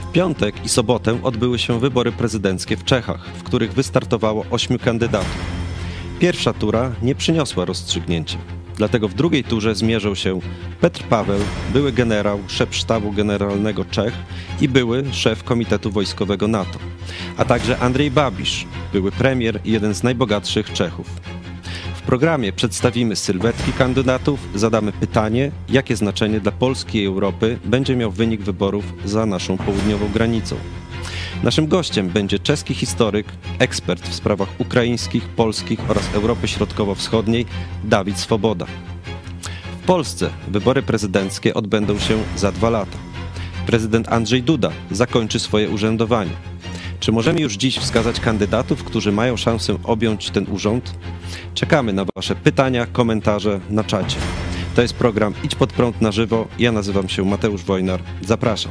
W piątek i sobotę odbyły się wybory prezydenckie w Czechach, w których wystartowało 8 kandydatów. Pierwsza tura nie przyniosła rozstrzygnięcia. Dlatego w drugiej turze zmierzą się Petr Paweł, były generał, szef sztabu generalnego Czech i były szef Komitetu Wojskowego NATO, a także Andrzej Babiš, były premier i jeden z najbogatszych Czechów. W programie przedstawimy sylwetki kandydatów, zadamy pytanie, jakie znaczenie dla Polski i Europy będzie miał wynik wyborów za naszą południową granicą. Naszym gościem będzie czeski historyk, ekspert w sprawach ukraińskich, polskich oraz Europy Środkowo-Wschodniej Dawid Swoboda. W Polsce wybory prezydenckie odbędą się za 2 lata. Prezydent Andrzej Duda zakończy swoje urzędowanie. Czy możemy już dziś wskazać kandydatów, którzy mają szansę objąć ten urząd? Czekamy na Wasze pytania, komentarze na czacie. To jest program Idź Pod Prąd na żywo. Ja nazywam się Mateusz Wojnar. Zapraszam.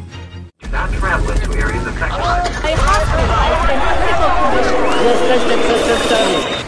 Jesteście przestępcami.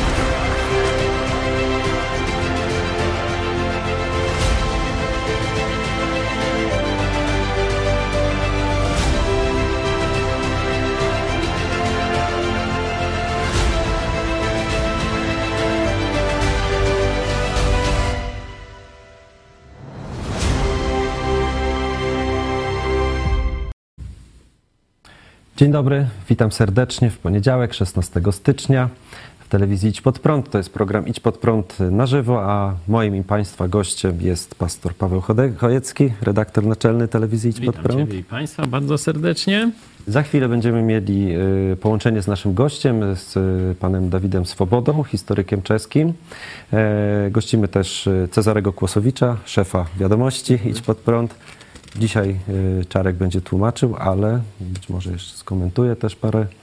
Dzień dobry, witam serdecznie w poniedziałek, 16 stycznia w telewizji Idź Pod Prąd. To jest program Idź Pod Prąd na żywo, a moim i Państwa gościem jest pastor Paweł Chojecki, redaktor naczelny telewizji Idź Pod Prąd. Witam Państwa bardzo serdecznie. Za chwilę będziemy mieli połączenie z naszym gościem, z panem Dawidem Swobodą, historykiem czeskim. Gościmy też Cezarego Kłosowicza, szefa Wiadomości Idź Pod Prąd. Dzisiaj Czarek będzie tłumaczył, ale być może jeszcze skomentuje też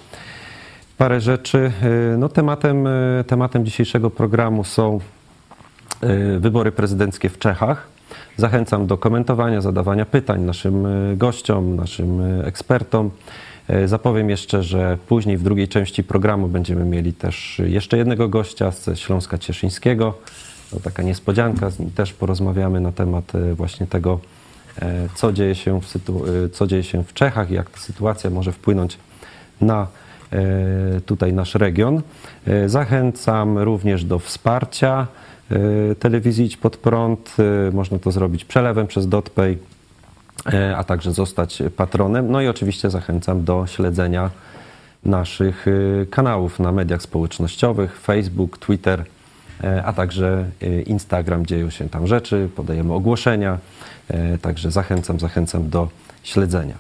parę rzeczy. No, tematem dzisiejszego programu są wybory prezydenckie w Czechach. Zachęcam do komentowania, zadawania pytań naszym gościom, naszym ekspertom. Zapowiem jeszcze, że później w drugiej części programu będziemy mieli też jeszcze jednego gościa ze Śląska Cieszyńskiego. To taka niespodzianka, z nim też porozmawiamy na temat właśnie tego, co dzieje się w Czechach i jak ta sytuacja może wpłynąć na tutaj nasz region. Zachęcam również do wsparcia telewizji Idź Pod Prąd. Można to zrobić przelewem przez DotPay, a także zostać patronem. No i oczywiście zachęcam do śledzenia naszych kanałów na mediach społecznościowych, Facebook, Twitter, a także Instagram. Dzieją się tam rzeczy, podajemy ogłoszenia, także zachęcam do śledzenia.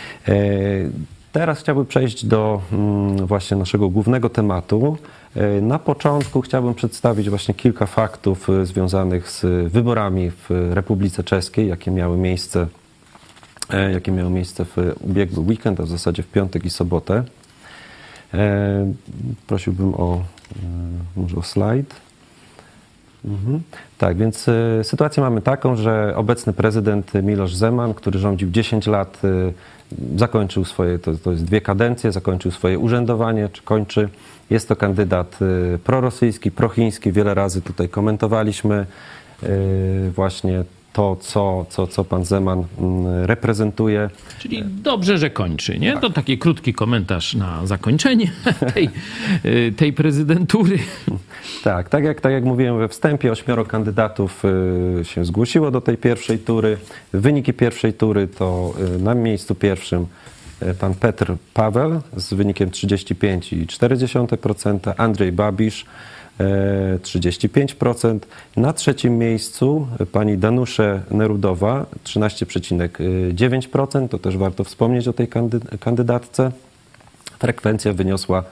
Teraz chciałbym przejść do właśnie naszego głównego tematu. Na początku chciałbym przedstawić właśnie kilka faktów związanych z wyborami w Republice Czeskiej, jakie miały miejsce w ubiegły weekend, a w zasadzie w piątek i sobotę. Prosiłbym może o slajd. Tak, więc sytuację mamy taką, że obecny prezydent Miloš Zeman, który rządził 10 lat, zakończył swoje, to jest 2 kadencje, zakończył swoje urzędowanie, czy kończy. Jest to kandydat prorosyjski, prochiński. Wiele razy tutaj komentowaliśmy właśnie to, co pan Zeman reprezentuje. Czyli dobrze, że kończy, nie? Tak. To taki krótki komentarz na zakończenie tej prezydentury. Tak jak mówiłem we wstępie, 8 kandydatów się zgłosiło do tej pierwszej tury. Wyniki pierwszej tury to na miejscu pierwszym pan Petr Paweł z wynikiem 35,4%, Andrzej Babiš 35%. Na trzecim miejscu pani Danusze Nerudowa 13,9%. To też warto wspomnieć o tej kandydatce. Frekwencja wyniosła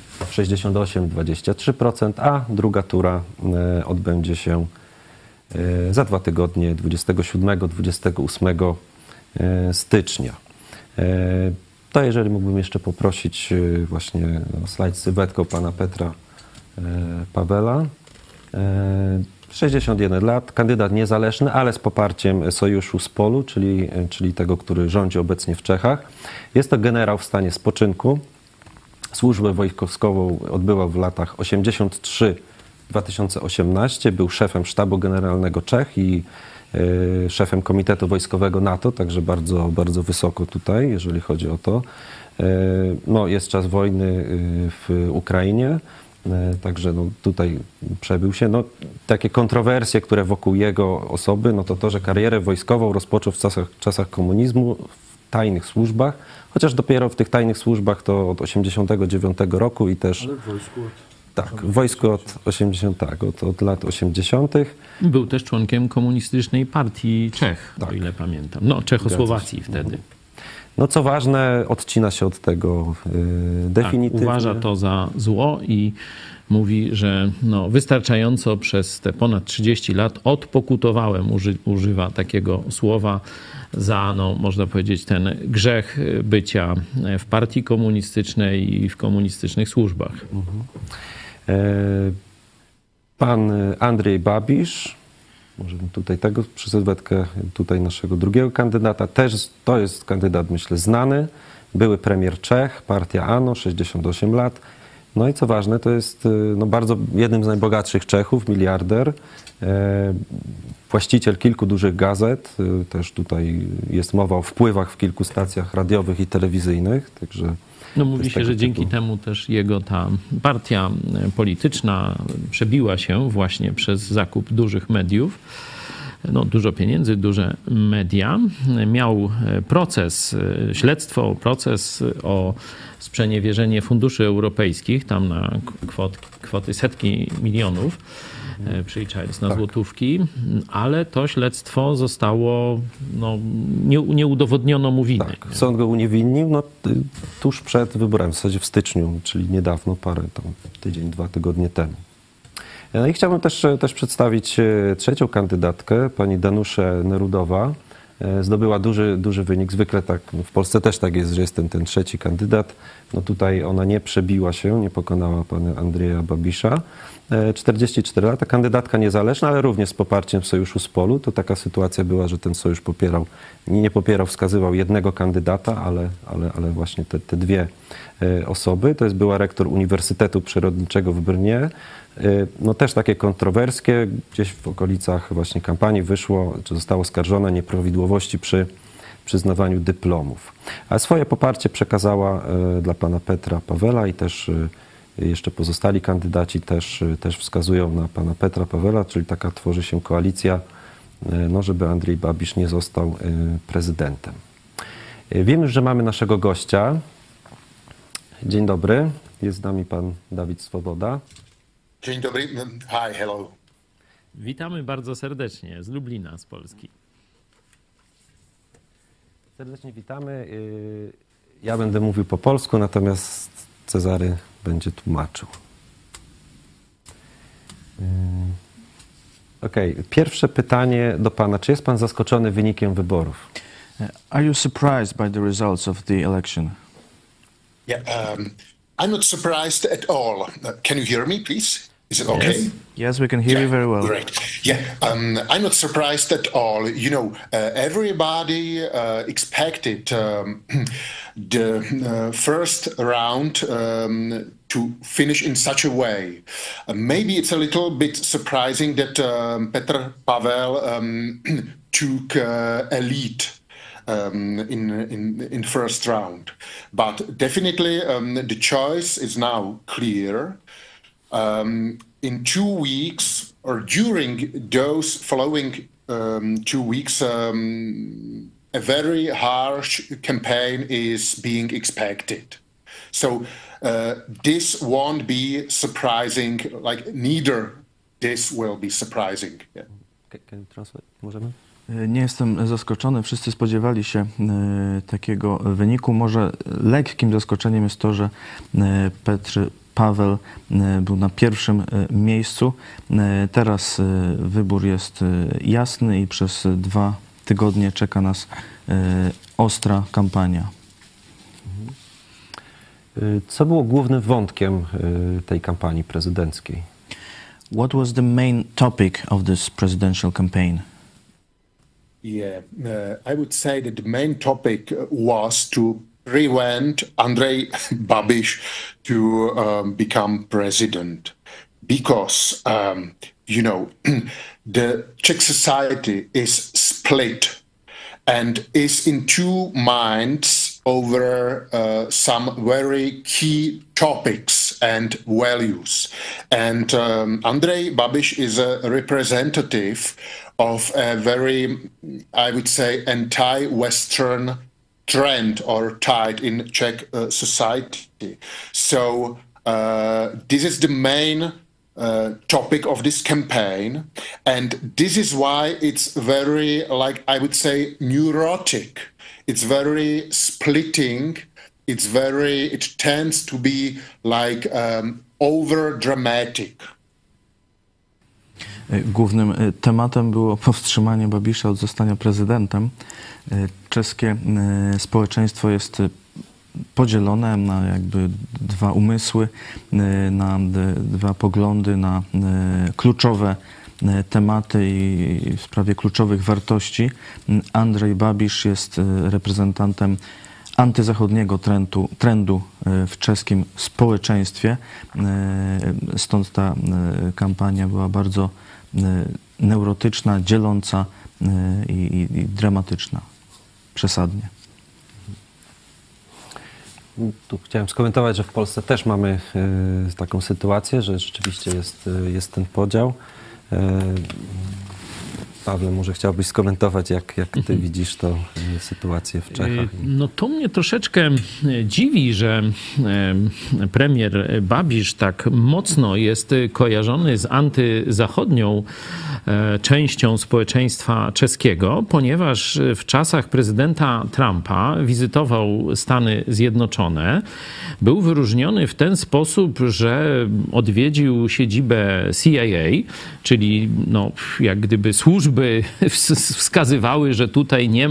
68,23%, a druga tura odbędzie się za 2 tygodnie, 27-28 stycznia. To jeżeli mógłbym jeszcze poprosić właśnie o slajd z sylwetką pana Petra Pawela. 61 lat, kandydat niezależny, ale z poparciem Sojuszu Spolu, czyli tego, który rządzi obecnie w Czechach. Jest to generał w stanie spoczynku. Służbę wojskową odbywał w latach 83-2018. Był szefem sztabu generalnego Czech i szefem Komitetu Wojskowego NATO, także bardzo, bardzo wysoko tutaj, jeżeli chodzi o to. No, jest czas wojny w Ukrainie, także no, tutaj przebył się. No, takie kontrowersje, które wokół jego osoby, no to, że karierę wojskową rozpoczął w czasach komunizmu w tajnych służbach, chociaż dopiero w tych tajnych służbach to od 89 roku i też... Ale w wojsku Tak, w wojsku od 80, tak, od lat 80. Był też członkiem Komunistycznej Partii Czech, Tak. o ile pamiętam. No, Czechosłowacji wtedy. No co ważne, odcina się od tego definitywnie. Tak, uważa to za zło i mówi, że no, wystarczająco przez te ponad 30 lat odpokutowałem, używa takiego słowa, za, no, można powiedzieć, ten grzech bycia w partii komunistycznej i w komunistycznych służbach. Pan Andrzej Babisz, może tutaj tego przez sylwetkę tutaj naszego drugiego kandydata, też to jest kandydat, myślę, znany, były premier Czech, partia ANO, 68 lat. No i co ważne, to jest no, bardzo jednym z najbogatszych Czechów, miliarder, właściciel kilku dużych gazet, też tutaj jest mowa o wpływach w kilku stacjach radiowych i telewizyjnych, także... No mówi się, że dzięki temu też jego ta partia polityczna przebiła się właśnie przez zakup dużych mediów. No, dużo pieniędzy, duże media. Miał proces o sprzeniewierzenie funduszy europejskich, tam na kwoty setki milionów, przeliczając na złotówki, ale to śledztwo zostało, no, nie udowodniono mu winy. Tak, sąd go uniewinnił no, tuż przed wyborami, w zasadzie w styczniu, czyli niedawno, tydzień, 2 tygodnie temu. No i chciałbym też przedstawić trzecią kandydatkę, pani Danuszę Nerudowa. Zdobyła duży wynik. Zwykle tak, w Polsce też tak jest, że jest ten trzeci kandydat. No tutaj ona nie przebiła się, nie pokonała pana Andrzeja Babisza. 44 lata, kandydatka niezależna, ale również z poparciem Sojuszu z Polu. To taka sytuacja była, że ten sojusz nie popierał, wskazywał jednego kandydata, ale właśnie te dwie osoby. To jest była rektor Uniwersytetu Przyrodniczego w Brnie. No też takie kontrowerskie, gdzieś w okolicach właśnie kampanii wyszło, czy zostało oskarżone nieprawidłowości przy przyznawaniu dyplomów. A swoje poparcie przekazała dla pana Petra Pawela i też jeszcze pozostali kandydaci też wskazują na pana Petra Pawela, czyli taka tworzy się koalicja, no żeby Andrzej Babisz nie został prezydentem. Wiem już, że mamy naszego gościa. Dzień dobry, jest z nami pan Dawid Swoboda. Dzień dobry. Hi, hello. Witamy bardzo serdecznie z Lublina, z Polski. Serdecznie witamy. Ja będę mówił po polsku, natomiast Cezary będzie tłumaczył. Okej, pierwsze pytanie do pana. Czy jest pan zaskoczony wynikiem wyborów? Are you surprised by the results of the election? Yeah, I'm not surprised at all. Can you hear me, please? Is it okay? Yes, we can hear you very well. Great. Yeah, I'm not surprised at all. You know, everybody expected the first round to finish in such a way. Maybe it's a little bit surprising that Petr Pavel took a lead in first round, but definitely the choice is now clear. In 2 weeks, or during those following 2 weeks, a very harsh campaign is being expected. So this won't be surprising. Like neither this will be surprising. Yeah. Can you translate? Możemy? Nie jestem zaskoczony. Wszyscy spodziewali się takiego wyniku. Może lekkim zaskoczeniem jest to, że Petr Paweł był na pierwszym miejscu. Teraz wybór jest jasny i przez 2 tygodnie czeka nas ostra kampania. Co było głównym wątkiem tej kampanii prezydenckiej? What was the main topic of this presidential campaign? Yeah, I would say that the main topic was to prevent Andrej Babiš to become president, because you know the Czech society is split and is in two minds over some very key topics and values. And Andrej Babiš is a representative of a very, I would say, anti-Western trend or tide in Czech society. So this is the main topic of this campaign, and this is why it's very, like I would say, neurotic. It's very splitting. It tends to be like over dramatic. Głównym tematem było powstrzymanie Babisza od zostania prezydentem. Czeskie społeczeństwo jest podzielone na jakby dwa umysły, na dwa poglądy, na kluczowe tematy i w sprawie kluczowych wartości. Andrej Babiš jest reprezentantem antyzachodniego trendu w czeskim społeczeństwie. Stąd ta kampania była bardzo neurotyczna, dzieląca i dramatyczna. Przesadnie. Tu chciałem skomentować, że w Polsce też mamy taką sytuację, że rzeczywiście jest ten podział. Pawle, może chciałbyś skomentować, jak ty widzisz tą sytuację w Czechach? No to mnie troszeczkę dziwi, że premier Babiš tak mocno jest kojarzony z antyzachodnią częścią społeczeństwa czeskiego, ponieważ w czasach prezydenta Trumpa wizytował Stany Zjednoczone. Był wyróżniony w ten sposób, że odwiedził siedzibę CIA, czyli no, jak gdyby służby wskazywały, że tutaj nie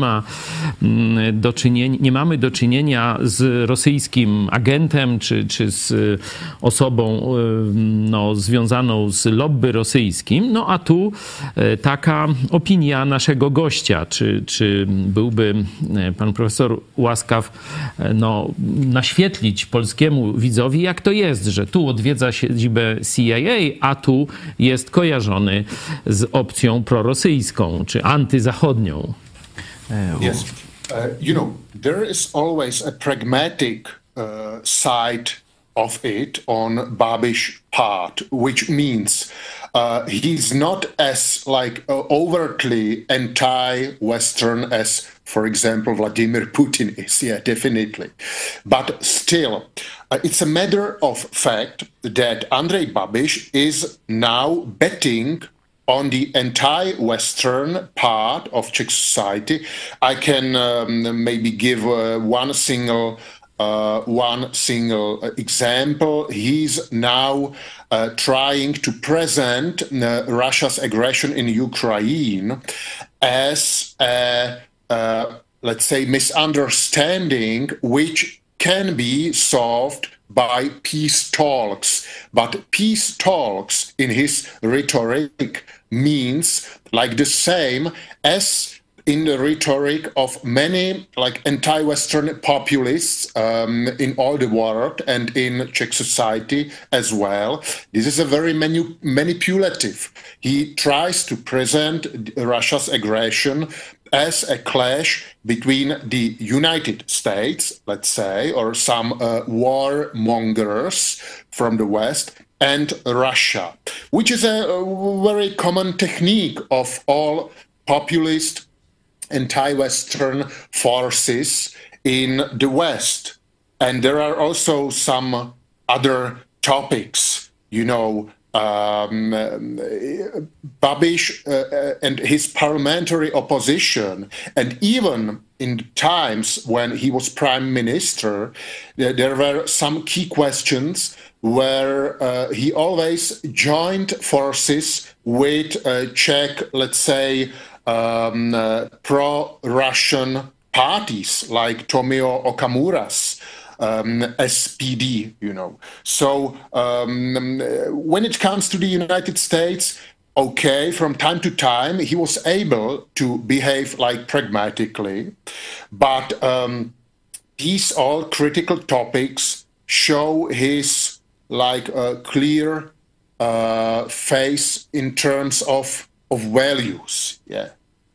mamy do czynienia z rosyjskim agentem czy z osobą no, związaną z lobby rosyjskim. No a tu taka opinia naszego gościa. Czy byłby pan profesor łaskaw no, naświetlić polskiemu widzowi, jak to jest, że tu odwiedza siedzibę CIA, a tu jest kojarzony z opcją prorosyjską czy antyzachodnią? Yes. There is always a pragmatic side of it on Babiš's part, which means he's not as overtly anti-Western as, for example, Vladimir Putin is. Yeah, definitely. But still, it's a matter of fact that Andrej Babiš is now betting on the anti-Western part of Czech society. I can maybe give one single example. He's now trying to present Russia's aggression in Ukraine as a, let's say, misunderstanding which can be solved by peace talks. But peace talks in his rhetoric means like the same as in the rhetoric of many anti-Western populists in all the world and in Czech society as well. This is a very manipulative. He tries to present Russia's aggression as a clash between the United States, let's say, or some warmongers from the West, and Russia, which is a very common technique of all populist anti-Western forces in the West. And there are also some other topics, Babiš and his parliamentary opposition, and even in times when he was prime minister, there were some key questions where he always joined forces with Czech, let's say, pro-Russian parties like Tomio Okamura's SPD, So when it comes to the United States, okay, from time to time, he was able to behave pragmatically, but these all critical topics show his clear face in terms of of values. Yeah.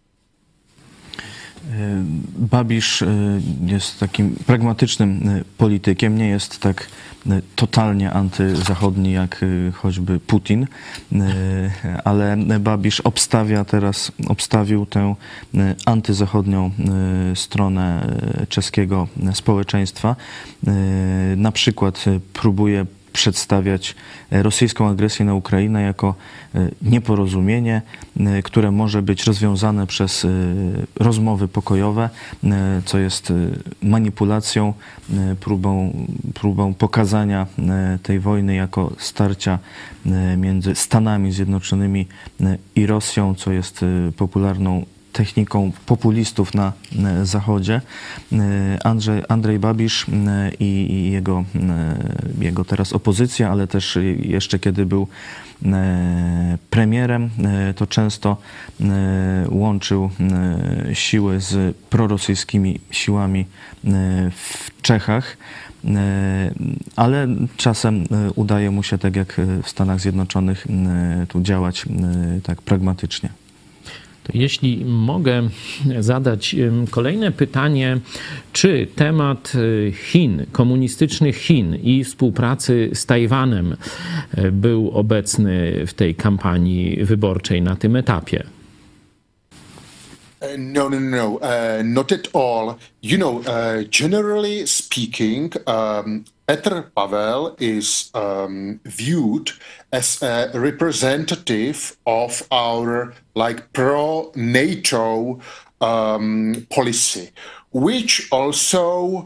Babiš jest takim pragmatycznym politykiem, nie jest tak totalnie antyzachodni jak choćby Putin, ale Babiš obstawił tę antyzachodnią stronę czeskiego społeczeństwa. Na przykład próbuje przedstawiać rosyjską agresję na Ukrainę jako nieporozumienie, które może być rozwiązane przez rozmowy pokojowe, co jest manipulacją, próbą pokazania tej wojny jako starcia między Stanami Zjednoczonymi i Rosją, co jest popularną techniką populistów na Zachodzie. Andrzej Babiš i jego teraz opozycja, ale też jeszcze kiedy był premierem, to często łączył siły z prorosyjskimi siłami w Czechach, ale czasem udaje mu się, tak jak w Stanach Zjednoczonych, tu działać tak pragmatycznie. To jeśli mogę zadać kolejne pytanie, czy temat Chin, komunistycznych Chin i współpracy z Tajwanem był obecny w tej kampanii wyborczej na tym etapie? No, not at all. You know, generally speaking, Petr Pavel is viewed as a representative of our pro-NATO policy, which also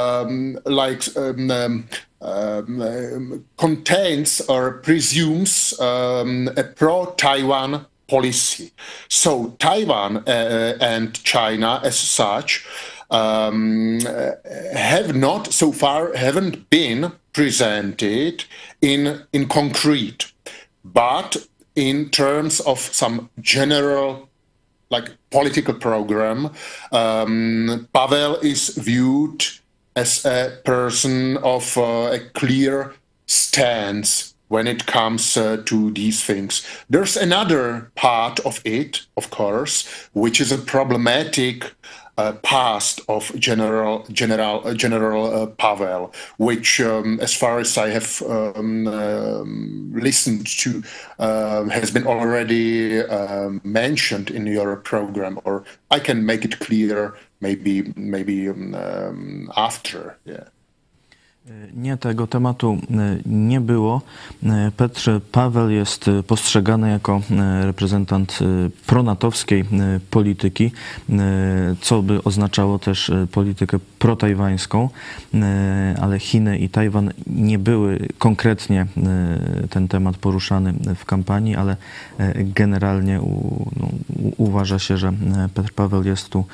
contains or presumes a pro-Taiwan policy. So Taiwan and China as such haven't been presented in concrete, but in terms of some general political program, Pavel is viewed as a person of a clear stance when it comes to these things. There's another part of it, of course, which is a problematic past of General Pavel, which, as far as I have listened to, has been already mentioned in your program, or I can make it clear maybe after. Yeah. Nie, tego tematu nie było. Petr Paweł jest postrzegany jako reprezentant pronatowskiej polityki, co by oznaczało też politykę protajwańską, ale Chiny i Tajwan nie były konkretnie ten temat poruszany w kampanii, ale generalnie uważa się, że Petr Paweł jest tu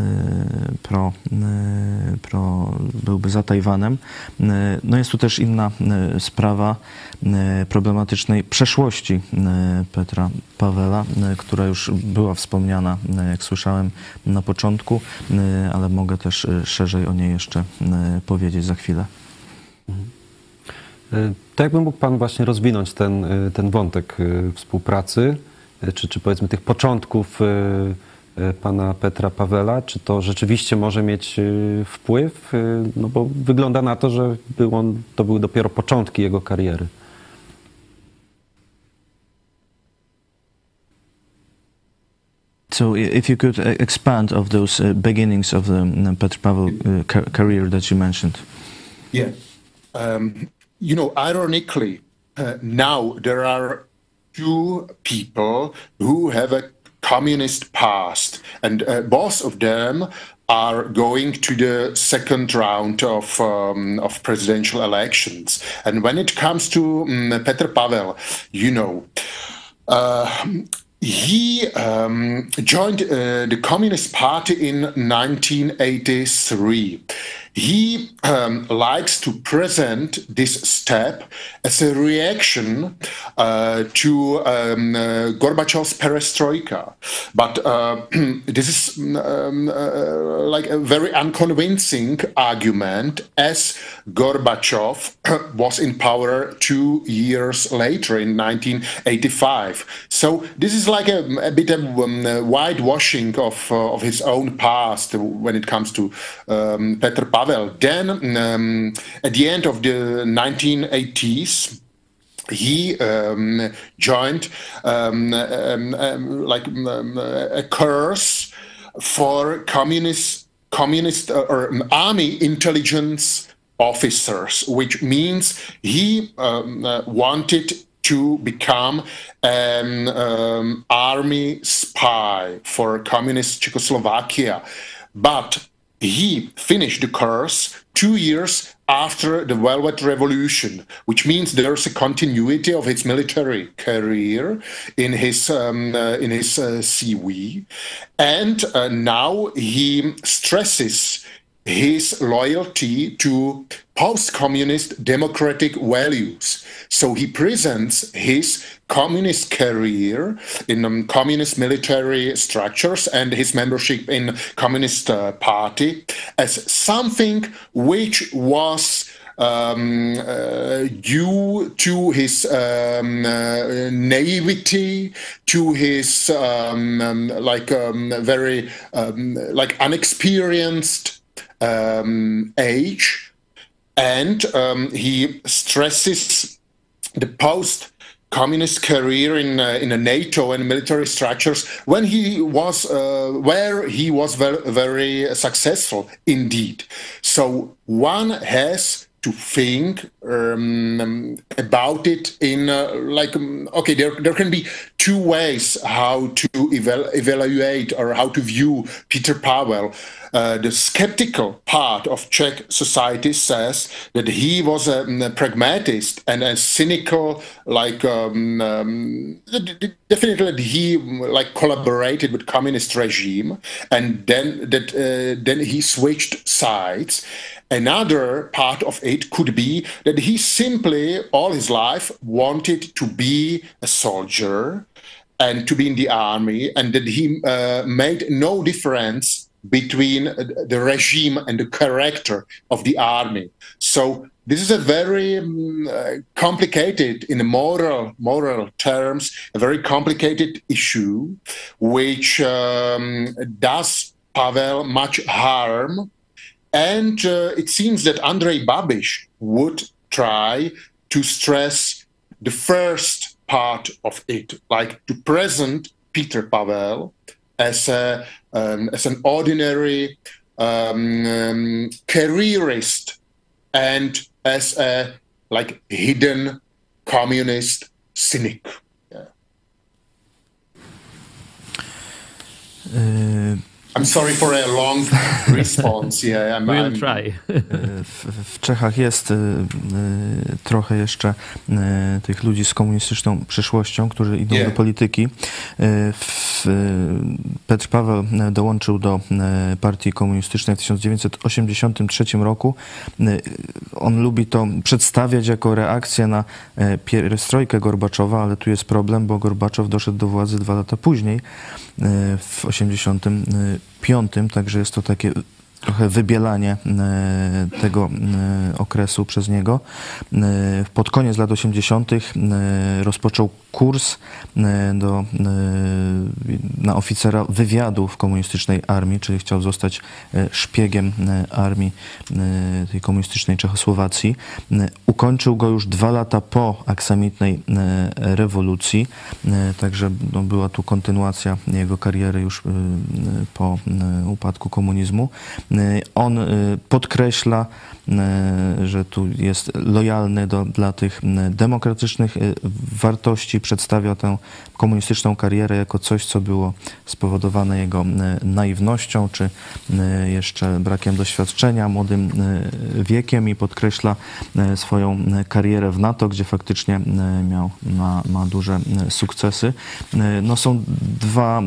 byłby za Tajwanem. No jest tu też inna sprawa problematycznej przeszłości Petra Pawela, która już była wspomniana, jak słyszałem na początku, ale mogę też szerzej o niej jeszcze powiedzieć za chwilę. To jakby mógł Pan właśnie rozwinąć ten wątek współpracy, czy powiedzmy tych początków pana Petra Pawela, czy to rzeczywiście może mieć wpływ? No bo wygląda na to, że to były dopiero początki jego kariery. So if you could expand of those beginnings of the Petr Pavel career that you mentioned. Yeah. You know, ironically, now there are two people who have a communist past, and both of them are going to the second round of presidential elections. And when it comes to Petr Pavel, you know, he joined the Communist Party in 1983. he likes to present this step as a reaction to Gorbachev's perestroika. But this is like a very unconvincing argument, as Gorbachev was in power 2 years later in 1985. So this is like a bit of whitewashing of his own past when it comes to Petr Pavel. Then, at the end of the 1980s, he joined a course for communist or army intelligence officers, which means he wanted to become an army spy for communist Czechoslovakia. But he finished the course 2 years after the Velvet Revolution, which means there's a continuity of his military career in his CV. And now he stresses his loyalty to post-communist democratic values. So he presents his communist career in communist military structures and his membership in Communist Party as something which was due to his naivety, to his very unexperienced age, and he stresses the post-communist career in a NATO and military structures when he was where he was very successful indeed. So one has to think about it in okay, there can be two ways how to evaluate or how to view Petr Pavel. The skeptical part of Czech society says that he was a pragmatist and a cynical, definitely he collaborated with communist regime, and then he switched sides. Another part of it could be that he simply all his life wanted to be a soldier and to be in the army, and that he made no difference between the regime and the character of the army. So this is a very complicated, in moral terms, a very complicated issue, which does Pavel much harm. And it seems that Andrej Babiš would try to stress the first part of it, like to present Petr Pavel as an ordinary careerist and as a hidden communist cynic. Yeah. I'm sorry for a long response. Yeah, we'll try. W Czechach jest trochę jeszcze tych ludzi z komunistyczną przyszłością, którzy idą do polityki. Petr Paweł dołączył do partii komunistycznej w 1983 roku. On lubi to przedstawiać jako reakcję na pierestrojkę Gorbaczowa, ale tu jest problem, bo Gorbaczow doszedł do władzy 2 lata później, w 1985, także jest to takie trochę wybielanie tego okresu przez niego. Pod koniec lat 80. rozpoczął kurs na oficera wywiadu w komunistycznej armii, czyli chciał zostać szpiegiem armii tej komunistycznej Czechosłowacji. Ukończył go już 2 lata po aksamitnej rewolucji, także była tu kontynuacja jego kariery już po upadku komunizmu. On podkreśla, że tu jest lojalny dla tych demokratycznych wartości, przedstawia tę komunistyczną karierę jako coś, co było spowodowane jego naiwnością, czy jeszcze brakiem doświadczenia, młodym wiekiem, i podkreśla swoją karierę w NATO, gdzie faktycznie ma duże sukcesy. No, są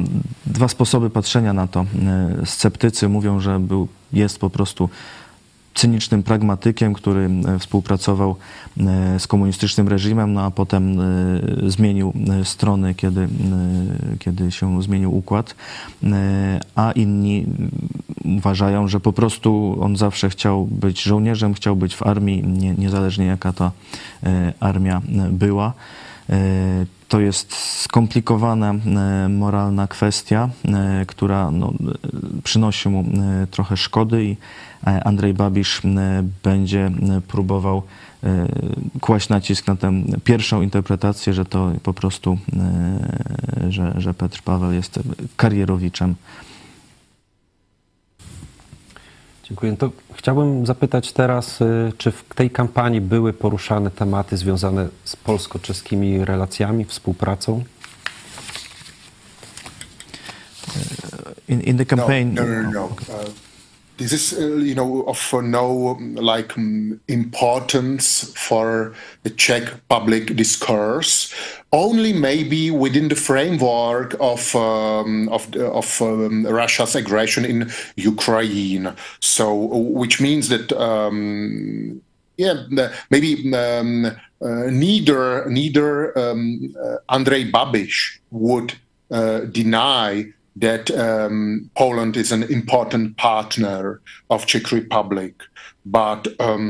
dwa sposoby patrzenia na to. Sceptycy mówią, że jest po prostu cynicznym pragmatykiem, który współpracował z komunistycznym reżimem, no a potem zmienił strony, kiedy się zmienił układ, a inni uważają, że po prostu on zawsze chciał być żołnierzem, chciał być w armii, niezależnie jaka ta armia była. To jest skomplikowana moralna kwestia, która przynosi mu trochę szkody i Andrzej Babisz będzie próbował kłaść nacisk na tę pierwszą interpretację, że to po prostu, że Petr Paweł jest karierowiczem. Dziękuję. To chciałbym zapytać teraz, czy w tej kampanii były poruszane tematy związane z polsko-czeskimi relacjami, współpracą? In the campaign... No. This is, of no importance for the Czech public discourse. Only maybe within the framework of Russia's aggression in Ukraine. So, which means that maybe neither Andrzej Babiš would deny that Poland is an important partner of Czech Republic, but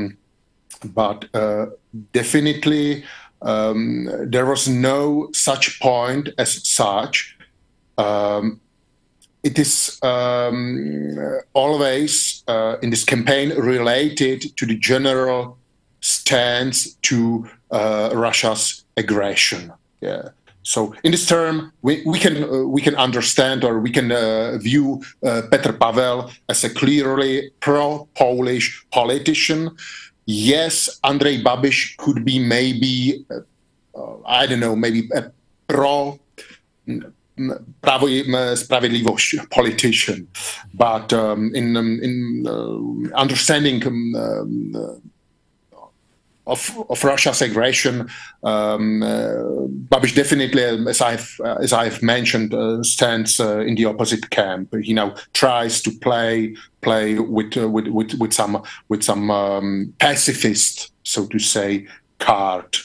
definitely there was no such point as such. It is always in this campaign related to the general stance to Russia's aggression. Yeah. So in this term, we can understand, or we can view Petr Pavel as a clearly pro-Polish politician. Yes, Andrzej Babiš could be maybe, maybe a Prawo i Sprawiedliwość politician, but in understanding of Russia's aggression, Babiš definitely, as I've mentioned, stands in the opposite camp. He now tries to play with some pacifist, so to say, card.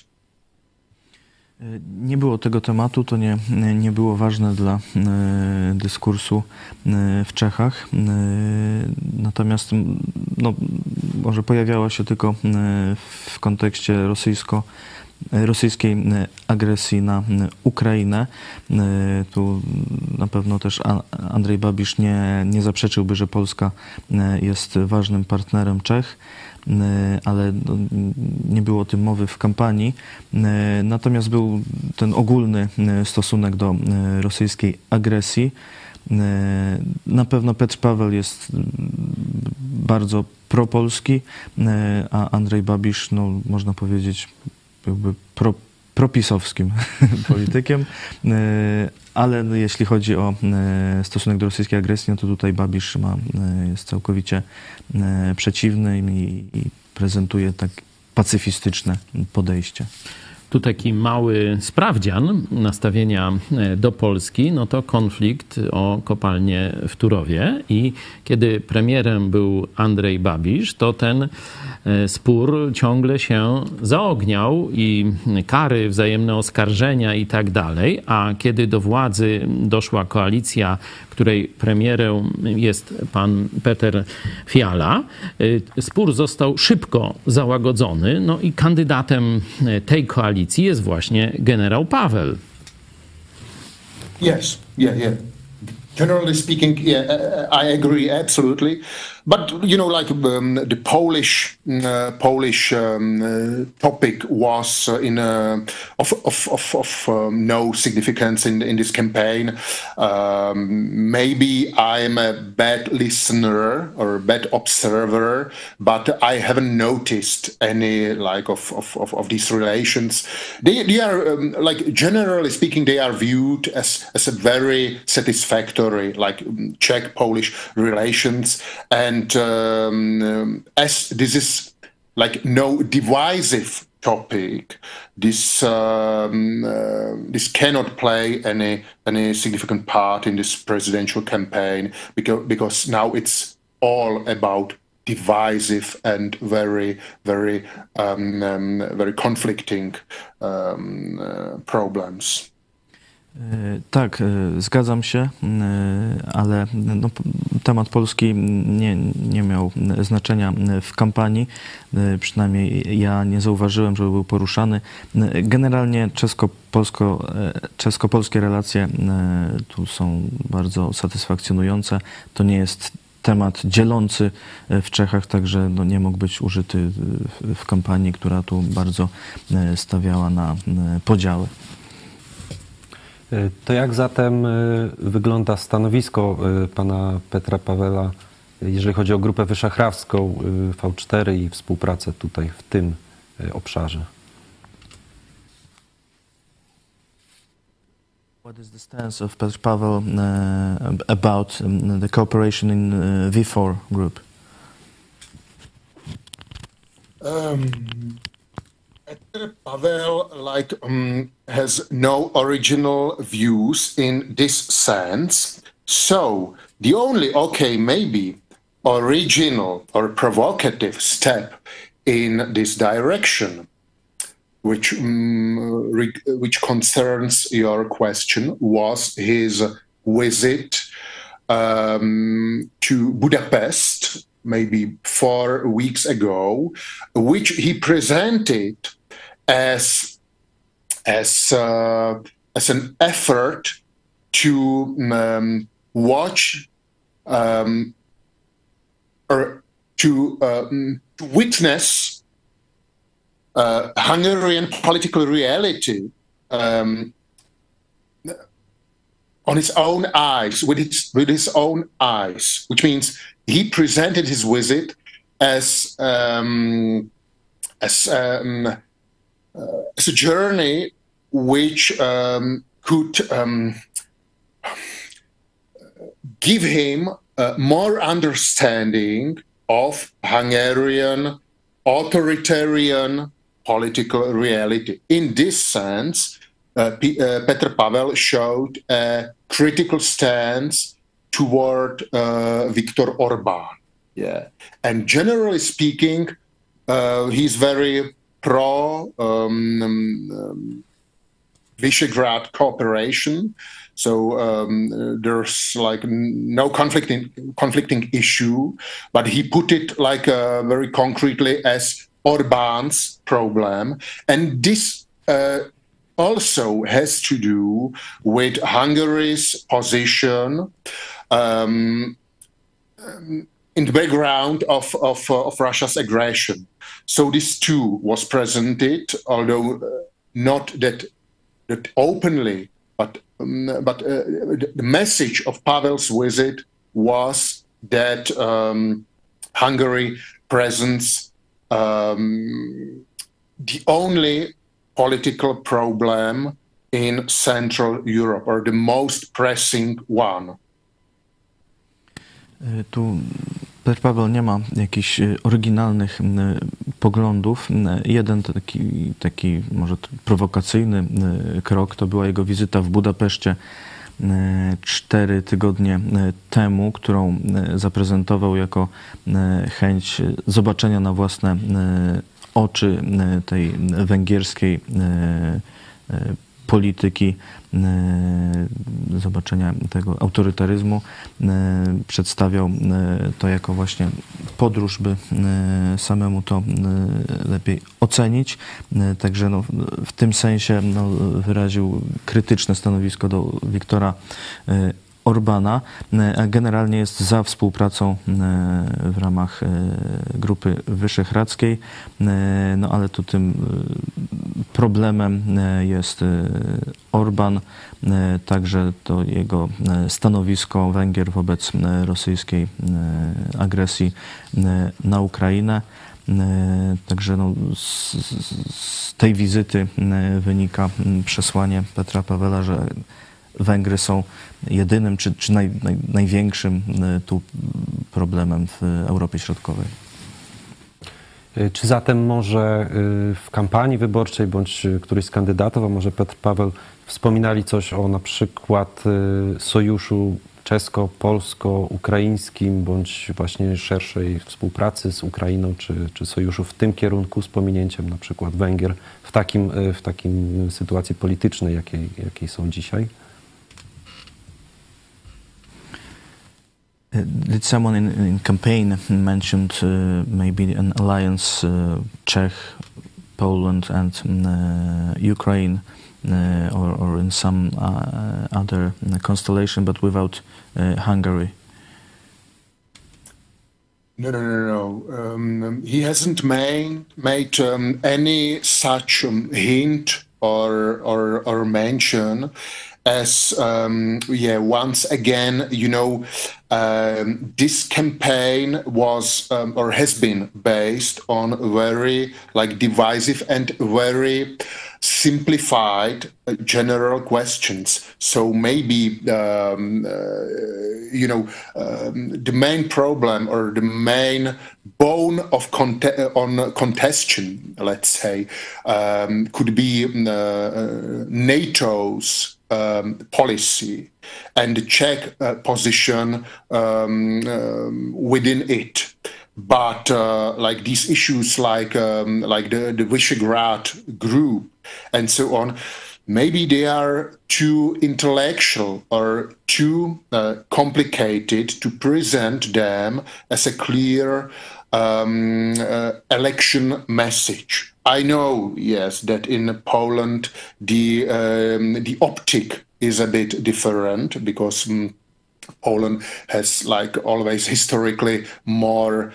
Nie było tego tematu, to nie było ważne dla dyskursu w Czechach. Natomiast może pojawiała się tylko w kontekście rosyjskiej agresji na Ukrainę. Tu na pewno też Andrzej Babiš nie zaprzeczyłby, że Polska jest ważnym partnerem Czech, ale nie było o tym mowy w kampanii. Natomiast był ten ogólny stosunek do rosyjskiej agresji. Na pewno Petr Paweł jest bardzo propolski, a Andrzej Babiš, można powiedzieć, byłby propisowskim politykiem, ale jeśli chodzi o stosunek do rosyjskiej agresji, to tutaj Babiš jest całkowicie przeciwny i prezentuje tak pacyfistyczne podejście. Tu taki mały sprawdzian nastawienia do Polski, to konflikt o kopalnię w Turowie i kiedy premierem był Andrzej Babiš, to ten spór ciągle się zaogniał i kary, wzajemne oskarżenia i tak dalej, a kiedy do władzy doszła koalicja, której premierem jest pan Petr Fiala, spór został szybko załagodzony, i kandydatem tej koalicji jest właśnie generał Paweł. Yes, yeah. Generally speaking, I agree absolutely. But the Polish topic was of no significance in this campaign. Maybe I'm a bad listener or a bad observer, but I haven't noticed any of these relations. They are generally speaking, they are viewed as a very satisfactory Czech-Polish relations. And as this is no divisive topic, this cannot play any significant part in this presidential campaign because now it's all about divisive and very conflicting problems. Tak, zgadzam się, ale no, temat Polski nie miał znaczenia w kampanii. Przynajmniej ja nie zauważyłem, żeby był poruszany. Generalnie czesko-polskie relacje tu są bardzo satysfakcjonujące. To nie jest temat dzielący w Czechach, także no, nie mógł być użyty w kampanii, która tu bardzo stawiała na podziały. To jak zatem wygląda stanowisko pana Petra Pawela, jeżeli chodzi o Grupę Wyszehradzką, V4 i współpracę tutaj w tym obszarze? What is the stance of Petr Pavel about the cooperation in V4 group? Petr Pavel has no original views in this sense. So the only, maybe original or provocative step in this direction, which concerns your question, was his visit to Budapest maybe 4 weeks ago, which he presented as an effort to watch or to witness Hungarian political reality on his own eyes, with his own eyes, which means he presented his visit as a journey which could give him more understanding of Hungarian authoritarian political reality. In this sense, Petr Pavel showed a critical stance toward Viktor Orbán. Yeah, and generally speaking, he's very pro Visegrad cooperation. So there's like no conflicting issue, but he put it like very concretely as Orbán's problem, and this also has to do with Hungary's position in the background of Russia's aggression. So this too was presented, although not that openly, but the message of Pavel's visit was that Hungary presents the only political problem in Central Europe, or the most pressing one. Tu Petr Paweł nie ma jakichś oryginalnych poglądów. Jeden taki może prowokacyjny krok to była jego wizyta w Budapeszcie 4 tygodnie temu, którą zaprezentował jako chęć zobaczenia na własne oczy tej węgierskiej polityki, zobaczenia tego autorytaryzmu. Przedstawiał to jako właśnie podróż, by samemu to lepiej ocenić. Także no, w tym sensie no, wyraził krytyczne stanowisko do Viktora Orbána, a generalnie jest za współpracą w ramach Grupy Wyszehradzkiej, no ale tu tym problemem jest Orbán, także to jego stanowisko Węgier wobec rosyjskiej agresji na Ukrainę. Także no, z tej wizyty wynika przesłanie Petra Pawela, że Węgry są jedynym czy największym tu problemem w Europie Środkowej. Czy zatem może w kampanii wyborczej bądź któryś z kandydatów, a może Petr Paweł, wspominali coś o na przykład sojuszu czesko-polsko-ukraińskim, bądź właśnie szerszej współpracy z Ukrainą, czy sojuszu w tym kierunku z pominięciem na przykład Węgier w takim sytuacji politycznej, jakiej są dzisiaj? Did someone in campaign mentioned maybe an alliance Czech, Poland and Ukraine or in some other constellation, but without Hungary? No. He hasn't made any such hint or mention. As once again, this campaign was or has been based on very divisive and very simplified general questions. So maybe the main problem or the main bone of contention, let's say, could be NATO's policy and the Czech position within it. But these issues like the Visegrad group and so on, maybe they are too intellectual or too complicated to present them as a clear election message. I know, yes, that in Poland the optic is a bit different because Poland has always historically more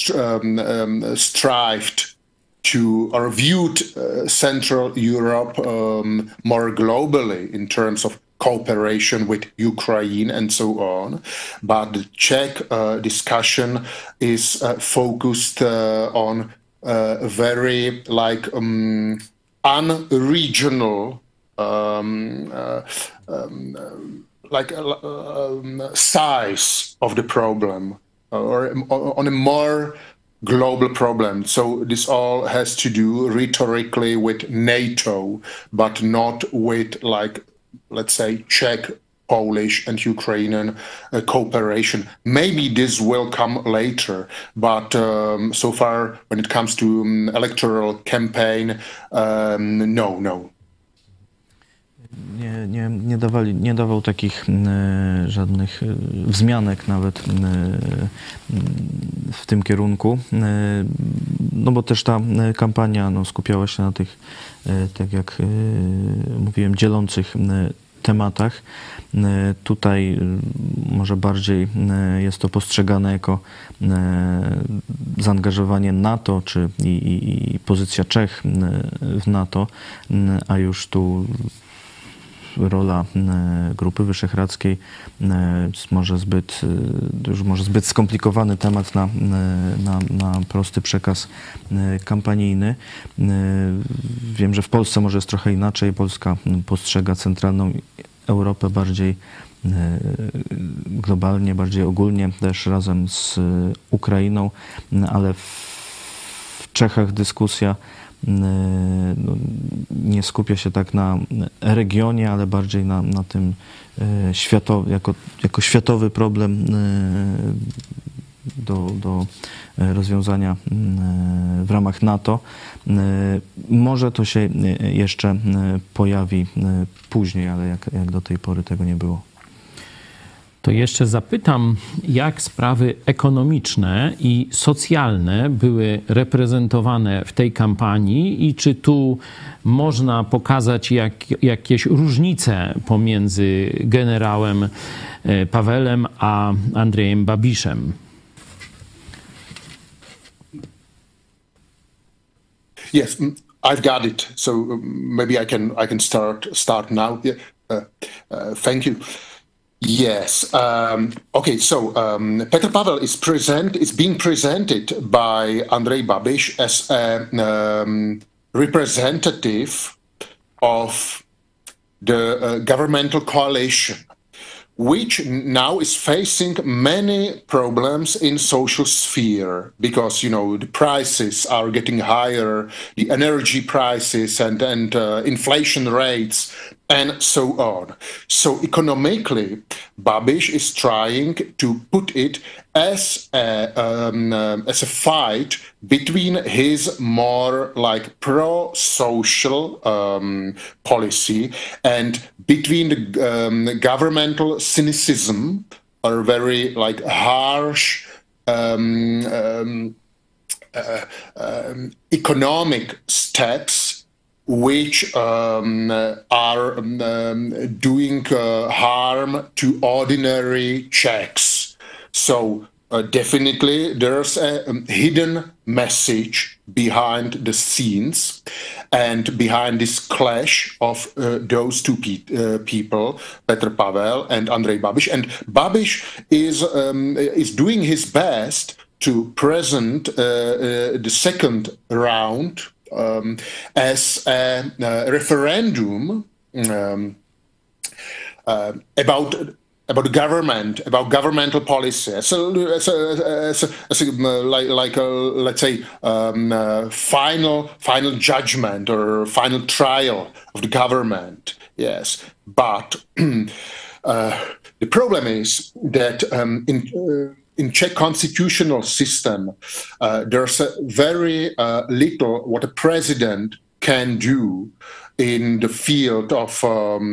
strived to or viewed Central Europe more globally in terms of cooperation with Ukraine and so on. But the Czech discussion is focused on very unregional size of the problem or on a more global problem. So this all has to do rhetorically with NATO, but not with let's say Czech, Polish and Ukrainian cooperation. Maybe this will come later, but so far when it comes to electoral campaign, no. Nie dawał takich żadnych wzmianek nawet w tym kierunku, no bo też ta kampania skupiała się na tych, tak jak mówiłem, dzielących tematach. Tutaj może bardziej jest to postrzegane jako zaangażowanie NATO i pozycja Czech w NATO, a już tu rola Grupy Wyszehradzkiej może zbyt skomplikowany temat na prosty przekaz kampanijny. Wiem, że w Polsce może jest trochę inaczej. Polska postrzega centralną Europę bardziej globalnie, bardziej ogólnie, też razem z Ukrainą, ale w Czechach dyskusja nie skupia się tak na regionie, ale bardziej na tym jako światowy problem do rozwiązania w ramach NATO. Może to się jeszcze pojawi później, ale jak do tej pory tego nie było. To jeszcze zapytam, jak sprawy ekonomiczne i socjalne były reprezentowane w tej kampanii i czy tu można pokazać jakieś różnice pomiędzy generałem Pawelem a Andrzejem Babiszem? Yes, I've got it. So maybe I can start now. Thank you. Yes. Okay. So Petr Pavel is being presented by Andrej Babiš as a representative of the governmental coalition, which now is facing many problems in social sphere because the prices are getting higher, the energy prices and inflation rates and so on. So economically, Babiš is trying to put it as a fight between his more like pro-social policy and between the governmental cynicism or very like harsh economic steps which are doing harm to ordinary Czechs. So definitely there's a hidden message behind the scenes and behind this clash of those two people, Petr Pavel and Andrej Babiš. And Babiš is doing his best to present the second round as a referendum about government, about governmental policy, let's say final judgment or final trial of the government. Yes, but the problem is that in Czech constitutional system, there's a very little what a president can do in the field of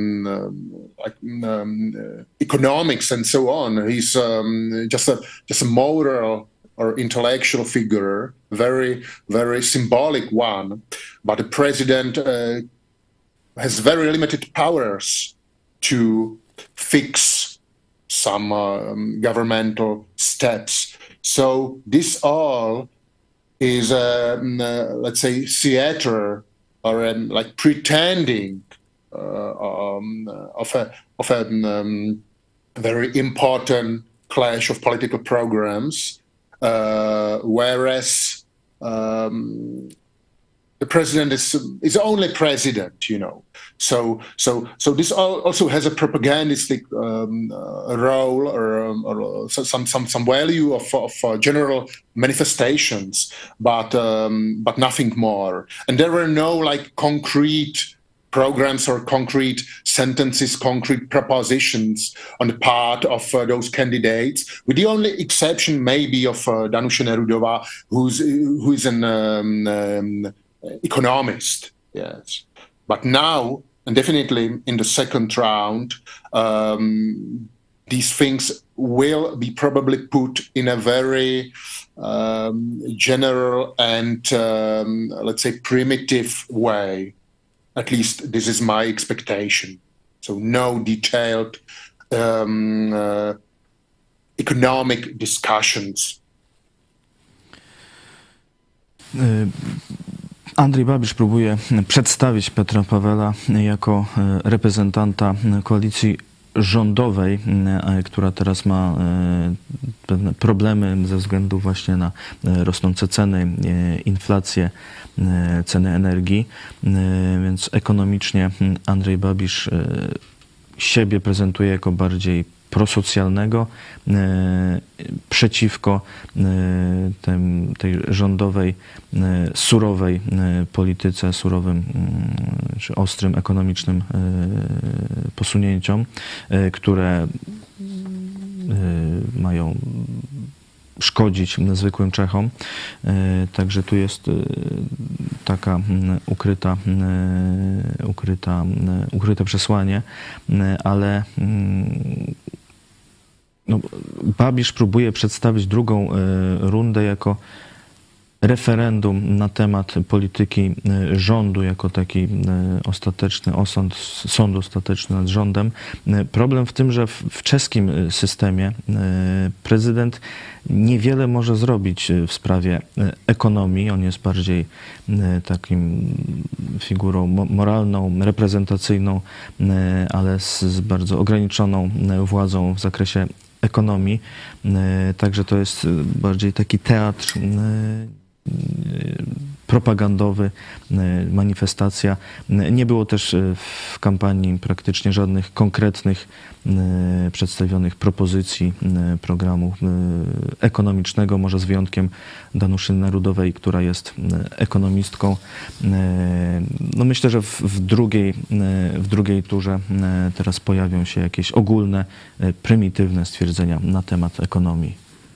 economics and so on. He's just a moral or intellectual figure, very, very symbolic one. But the president has very limited powers to fix some governmental steps. So this all is, let's say, theater or like pretending of a very important clash of political programs, whereas the president is only president, you know. So this also has a propagandistic role or some value of general manifestations, but nothing more. And there were no like concrete programs or concrete sentences, concrete propositions on the part of those candidates, with the only exception maybe of Danuše Nerudová, who is an economist. Yes, but now, and definitely in the second round, these things will be probably put in a very general and let's say primitive way. At least this is my expectation. So no detailed economic discussions. Andrej Babiš próbuje przedstawić Petra Pawela jako reprezentanta koalicji rządowej, która teraz ma pewne problemy ze względu właśnie na rosnące ceny, inflację, ceny energii, więc ekonomicznie Andrej Babiš siebie prezentuje jako bardziej prosocjalnego, przeciwko tej rządowej, surowej polityce, surowym czy ostrym ekonomicznym posunięciom, które mają szkodzić zwykłym Czechom. Także tu jest taka ukryte przesłanie, ale no, Babiš próbuje przedstawić drugą rundę jako referendum na temat polityki rządu, jako taki ostateczny osąd, sąd ostateczny nad rządem. Problem w tym, że w czeskim systemie prezydent niewiele może zrobić w sprawie ekonomii. On jest bardziej takim figurą moralną, reprezentacyjną, ale z bardzo ograniczoną władzą w zakresie ekonomii. Także to jest bardziej taki teatr propagandowy, manifestacja. Nie było też w kampanii praktycznie żadnych konkretnych przedstawionych propozycji programu ekonomicznego, może z wyjątkiem Danuszy Narodowej, która jest ekonomistką. No myślę, że w drugiej turze teraz pojawią się jakieś ogólne, prymitywne stwierdzenia na temat ekonomii.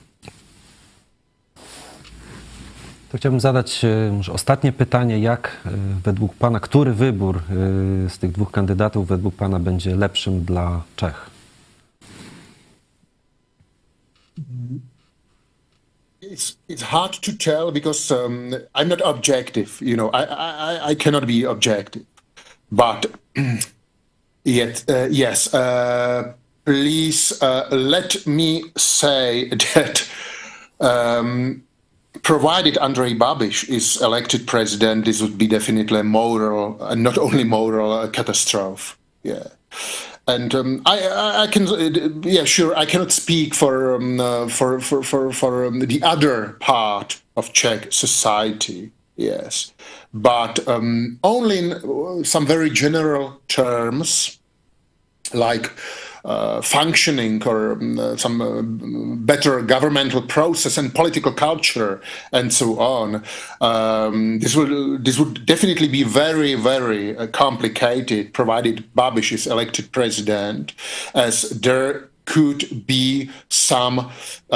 To chciałbym zadać może ostatnie pytanie. Jak według Pana, który wybór z tych dwóch kandydatów według Pana będzie lepszym dla Czech? It's hard to tell because I'm not objective. You know, I cannot be objective. But yet, yes, please let me say that provided Andrej Babiš is elected president, this would be definitely a moral, and not only moral, catastrophe. Yeah. And I can, yeah, sure, I cannot speak for the other part of Czech society, yes, but only in some very general terms, like functioning or some better governmental process and political culture and so on. This would definitely be very, very complicated, provided Babiš is elected president, as there could be some,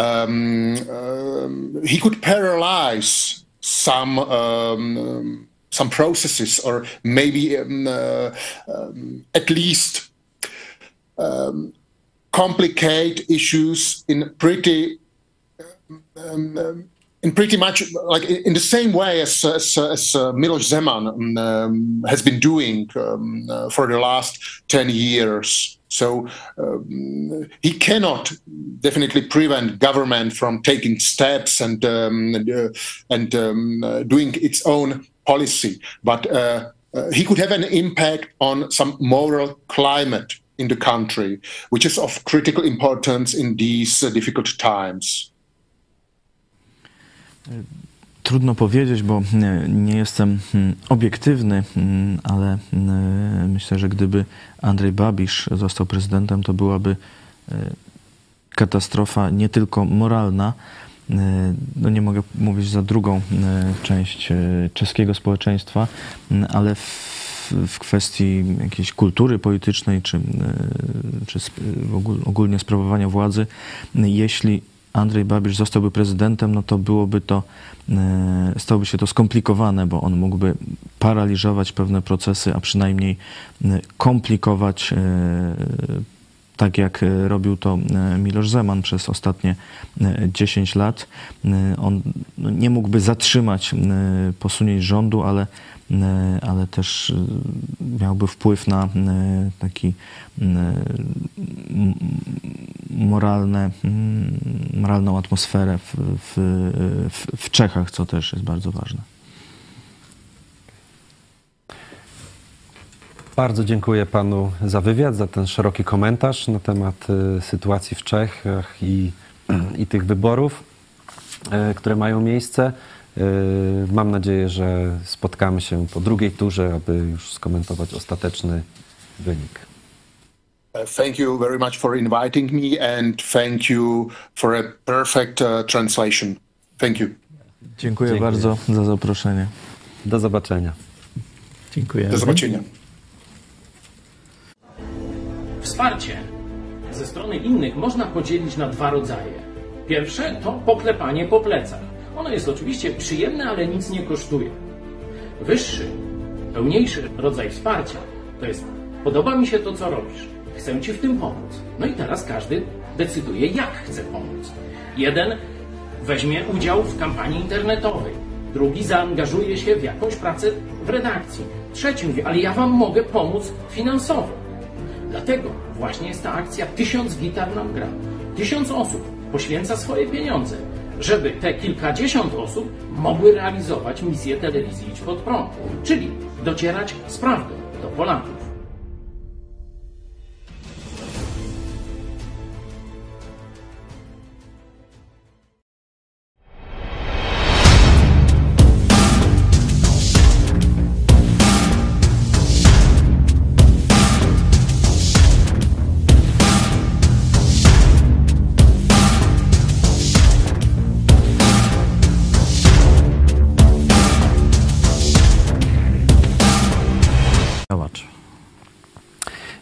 he could paralyze some processes, or maybe at least complicate issues in pretty much like in the same way as Miloš Zeman has been doing for the last 10 years. So he cannot definitely prevent government from taking steps and doing its own policy, but he could have an impact on some moral climate in the country, which is of critical importance in these difficult times. Trudno powiedzieć, bo nie jestem obiektywny, ale myślę, że gdyby Andrej Babiš został prezydentem, to byłaby katastrofa nie tylko moralna. No nie mogę mówić za drugą część czeskiego społeczeństwa, ale w kwestii jakiejś kultury politycznej czy ogólnie sprawowania władzy, jeśli Andrej Babiš zostałby prezydentem, no to stałoby się to skomplikowane, bo on mógłby paraliżować pewne procesy, a przynajmniej komplikować, tak jak robił to Miloš Zeman przez ostatnie 10 lat. On nie mógłby zatrzymać posunięć rządu, ale też miałby wpływ na taki moralną atmosferę w Czechach, co też jest bardzo ważne. Bardzo dziękuję Panu za wywiad, za ten szeroki komentarz na temat sytuacji w Czechach i tych wyborów, które mają miejsce. Mam nadzieję, że spotkamy się po drugiej turze, aby już skomentować ostateczny wynik. Thank you very much for inviting me and thank you for a perfect translation. Thank you. Dziękuję bardzo za zaproszenie. Do zobaczenia. Dziękuję. Do zobaczenia. Wsparcie ze strony innych można podzielić na dwa rodzaje. Pierwsze to poklepanie po plecach. Ono jest oczywiście przyjemne, ale nic nie kosztuje. Wyższy, pełniejszy rodzaj wsparcia to jest: podoba mi się to, co robisz, chcę Ci w tym pomóc. No i teraz każdy decyduje, jak chce pomóc. Jeden weźmie udział w kampanii internetowej, drugi zaangażuje się w jakąś pracę w redakcji, trzeci mówi: ale ja Wam mogę pomóc finansowo. Dlatego właśnie jest ta akcja 1000 gitar nam gra. 1000 osób poświęca swoje pieniądze, żeby te kilkadziesiąt osób mogły realizować misję telewizji Idź Pod Prąd, czyli docierać z prawdą do Polaków.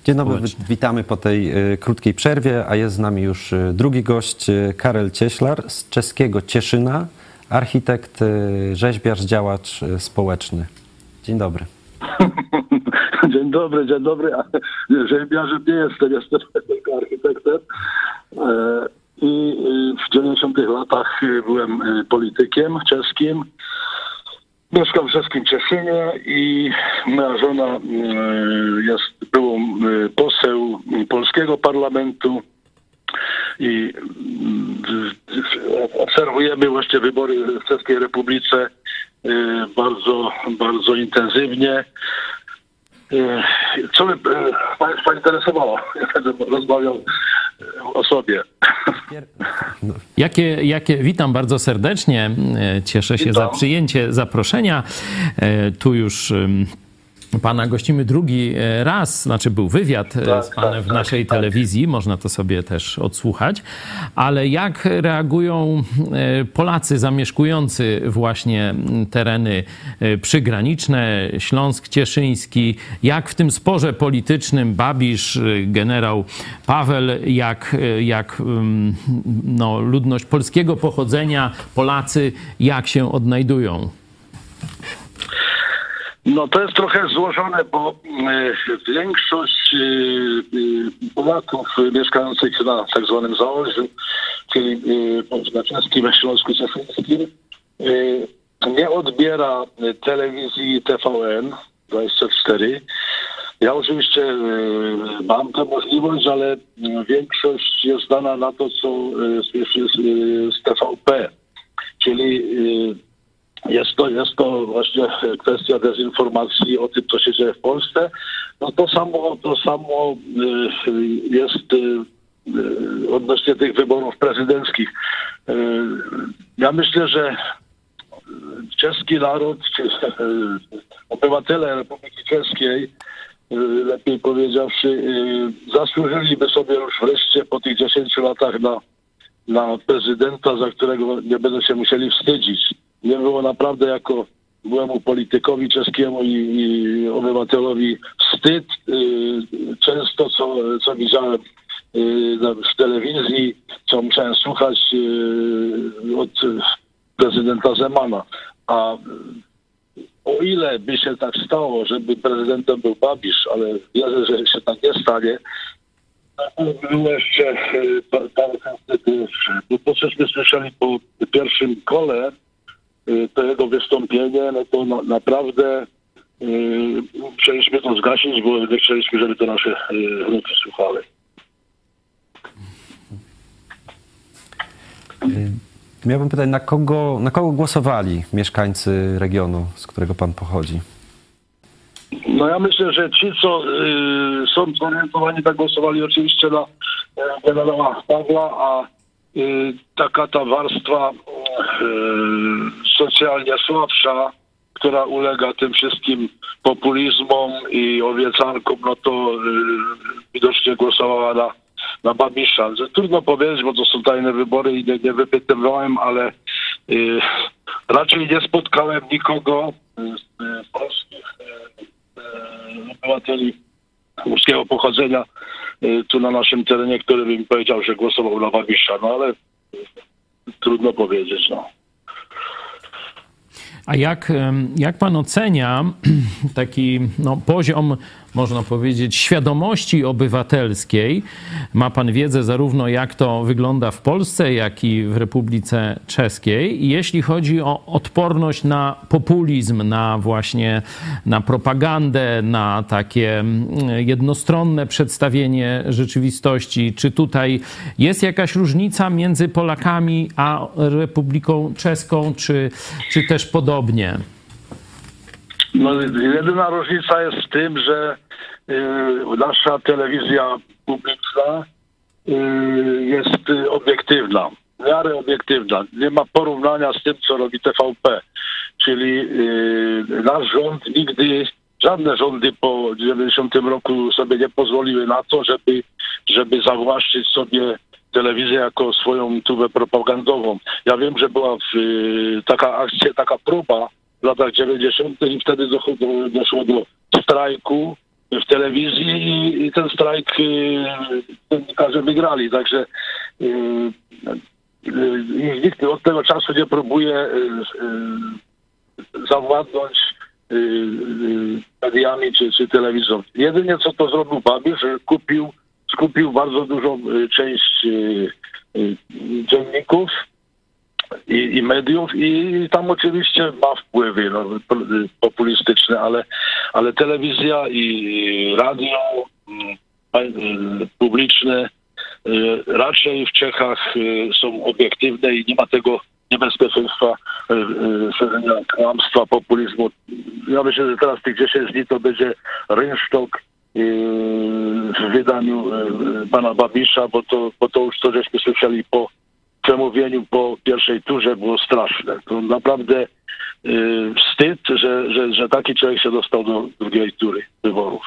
Dzień dobry, społeczny. witamy po tej krótkiej przerwie, a jest z nami już drugi gość, Karel Cieślar z czeskiego Cieszyna, architekt, rzeźbiarz, działacz społeczny. Dzień dobry. Dzień dobry. Rzeźbiarzem nie jestem tylko architektem. I w 90 latach byłem politykiem czeskim. Mieszkam w czeskim Cieszynie i moja żona jest byłą poseł polskiego parlamentu i obserwujemy właśnie wybory w Czeskiej Republice bardzo, bardzo intensywnie. Co by Państwa interesowało? Ja będę rozmawiał o sobie. Witam bardzo serdecznie. Cieszę się za przyjęcie zaproszenia. Tu już pana gościmy drugi raz, znaczy był wywiad z panem w naszej telewizji, można to sobie też odsłuchać, ale jak reagują Polacy zamieszkujący właśnie tereny przygraniczne, Śląsk Cieszyński, jak w tym sporze politycznym Babisz, generał Paweł, jak no, ludność polskiego pochodzenia, Polacy, jak się odnajdują? No to jest trochę złożone, bo większość Polaków mieszkających na tak zwanym Zaolziu, czyli na czeskim Śląsku Cieszyńskim, nie odbiera telewizji TVN 24. Ja oczywiście mam tę możliwość, ale większość jest dana na to, co słyszy z TVP. Czyli jest to właśnie kwestia dezinformacji o tym, co się dzieje w Polsce. No to samo jest odnośnie tych wyborów prezydenckich. Ja myślę, że czeski naród, czy obywatele Republiki Czeskiej, lepiej powiedziawszy, zasłużyliby sobie już wreszcie po tych 10 latach na prezydenta, za którego nie będą się musieli wstydzić. Nie było naprawdę jako byłemu politykowi czeskiemu i obywatelowi wstyd. Często, co widziałem w telewizji, co musiałem słuchać od prezydenta Zemana. A o ile by się tak stało, żeby prezydentem był Babisz, ale wierzę, że się tak nie stanie, było jeszcze to cośmy słyszeli po pierwszym kole, to jego wystąpienie, no to naprawdę chcieliśmy to zgasić, bo nie chcieliśmy, żeby to nasze wnuki słuchały. Miałbym pytać, na kogo głosowali mieszkańcy regionu, z którego pan pochodzi? No ja myślę, że ci, co są zorientowani, tak głosowali oczywiście na generała Pawła, a taka ta warstwa socjalnie słabsza, która ulega tym wszystkim populizmom i obiecankom, no to widocznie głosowała na Babisza. Trudno powiedzieć, bo to są tajne wybory i nie wypytywałem, ale raczej nie spotkałem nikogo z polskich obywateli polskiego pochodzenia tu na naszym terenie, który by mi powiedział, że głosował na Babisza, no ale trudno powiedzieć, no. A jak pan ocenia taki poziom, można powiedzieć, świadomości obywatelskiej? Ma pan wiedzę zarówno jak to wygląda w Polsce, jak i w Republice Czeskiej. I jeśli chodzi o odporność na populizm, na propagandę, na takie jednostronne przedstawienie rzeczywistości, czy tutaj jest jakaś różnica między Polakami a Republiką Czeską, czy też podobnie? No, jedyna różnica jest w tym, że nasza telewizja publiczna jest obiektywna, w miarę obiektywna. Nie ma porównania z tym, co robi TVP. Czyli nasz rząd nigdy, żadne rządy po 90 roku sobie nie pozwoliły na to, żeby zawłaszczyć sobie telewizję jako swoją tubę propagandową. Ja wiem, że była taka akcja, taka próba w latach 90. i wtedy doszło do strajku w telewizji i ten strajk dziennikarze wygrali. Także nikt od tego czasu nie próbuje zawładnąć mediami czy telewizją. Jedynie co to zrobił Babisz, że skupił bardzo dużą część dzienników i mediów i tam oczywiście ma wpływy populistyczne, ale telewizja i radio publiczne raczej w Czechach są obiektywne i nie ma tego niebezpieczeństwa szerzenia kłamstwa, populizmu. Ja myślę, że teraz tych 10 dni to będzie rynsztok w wydaniu pana Babisza, bo to już to żeśmy słyszeli po przemówieniu po pierwszej turze, było straszne. To naprawdę wstyd, że taki człowiek się dostał do drugiej tury wyborów.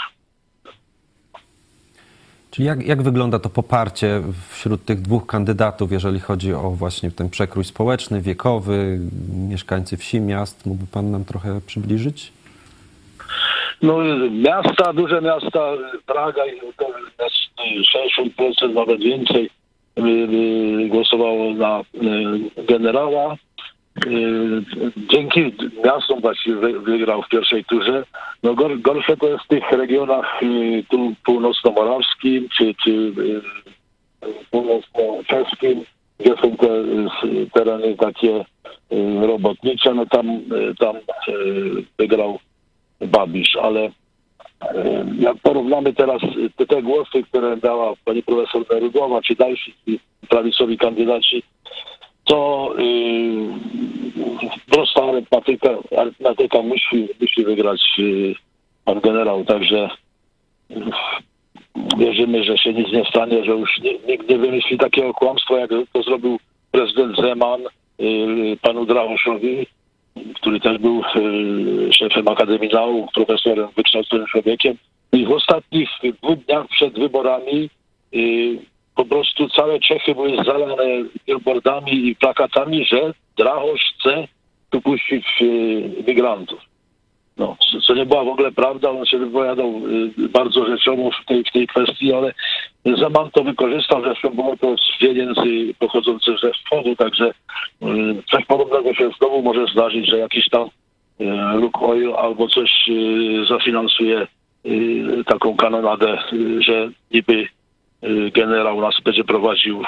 Czyli jak wygląda to poparcie wśród tych dwóch kandydatów, jeżeli chodzi o właśnie ten przekrój społeczny, wiekowy, mieszkańcy wsi, miast? Mógłby pan nam trochę przybliżyć? No miasta, duże miasta, Praga to jest 60%, nawet więcej głosowało na generała. Dzięki miastom właściwie wygrał w pierwszej turze. No gorsze to jest w tych regionach tu północno-morawskim czy północno-czeskim, gdzie są te tereny takie robotnicze, no tam wygrał Babisz, ale jak porównamy teraz te głosy, które dała pani profesor Nerudowa, czy dalsi prawicowi kandydaci, to prosta arytmetyka musi wygrać pan generał, także wierzymy, że się nic nie stanie, że już nikt nie wymyśli takiego kłamstwa, jak to zrobił prezydent Zeman panu Drahoszowi, który też był szefem Akademii Nauk, profesorem, wykształconym człowiekiem. I w ostatnich 2 dniach przed wyborami po prostu całe Czechy były zalane billboardami i plakatami, że Drahoš chce tu puścić migrantów. No, co nie była w ogóle prawda, on się wypowiadał bardzo rzeczowo w tej kwestii, ale Zeman to wykorzystał, zresztą było to z pieniędzy pochodzących ze wschodu, także coś podobnego się znowu może zdarzyć, że jakiś tam Lukoil albo coś zafinansuje taką kanonadę, że niby generał nas będzie prowadził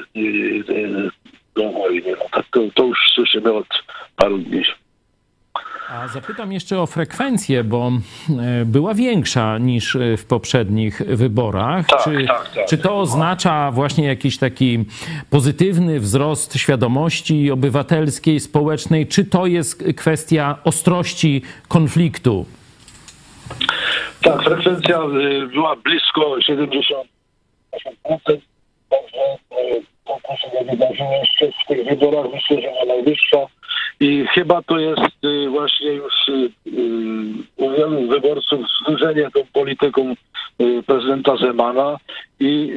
do wojny. No, tak to już słyszymy od paru dni. A zapytam jeszcze o frekwencję, bo była większa niż w poprzednich wyborach. Tak, czy to oznacza właśnie jakiś taki pozytywny wzrost świadomości obywatelskiej, społecznej, czy to jest kwestia ostrości konfliktu? Tak, frekwencja była blisko 70%. Także to się nie wydarzyło jeszcze w tych wyborach, myślę, że ma najwyższa. I chyba to jest właśnie już u wielu wyborców znużenie tą polityką prezydenta Zemana i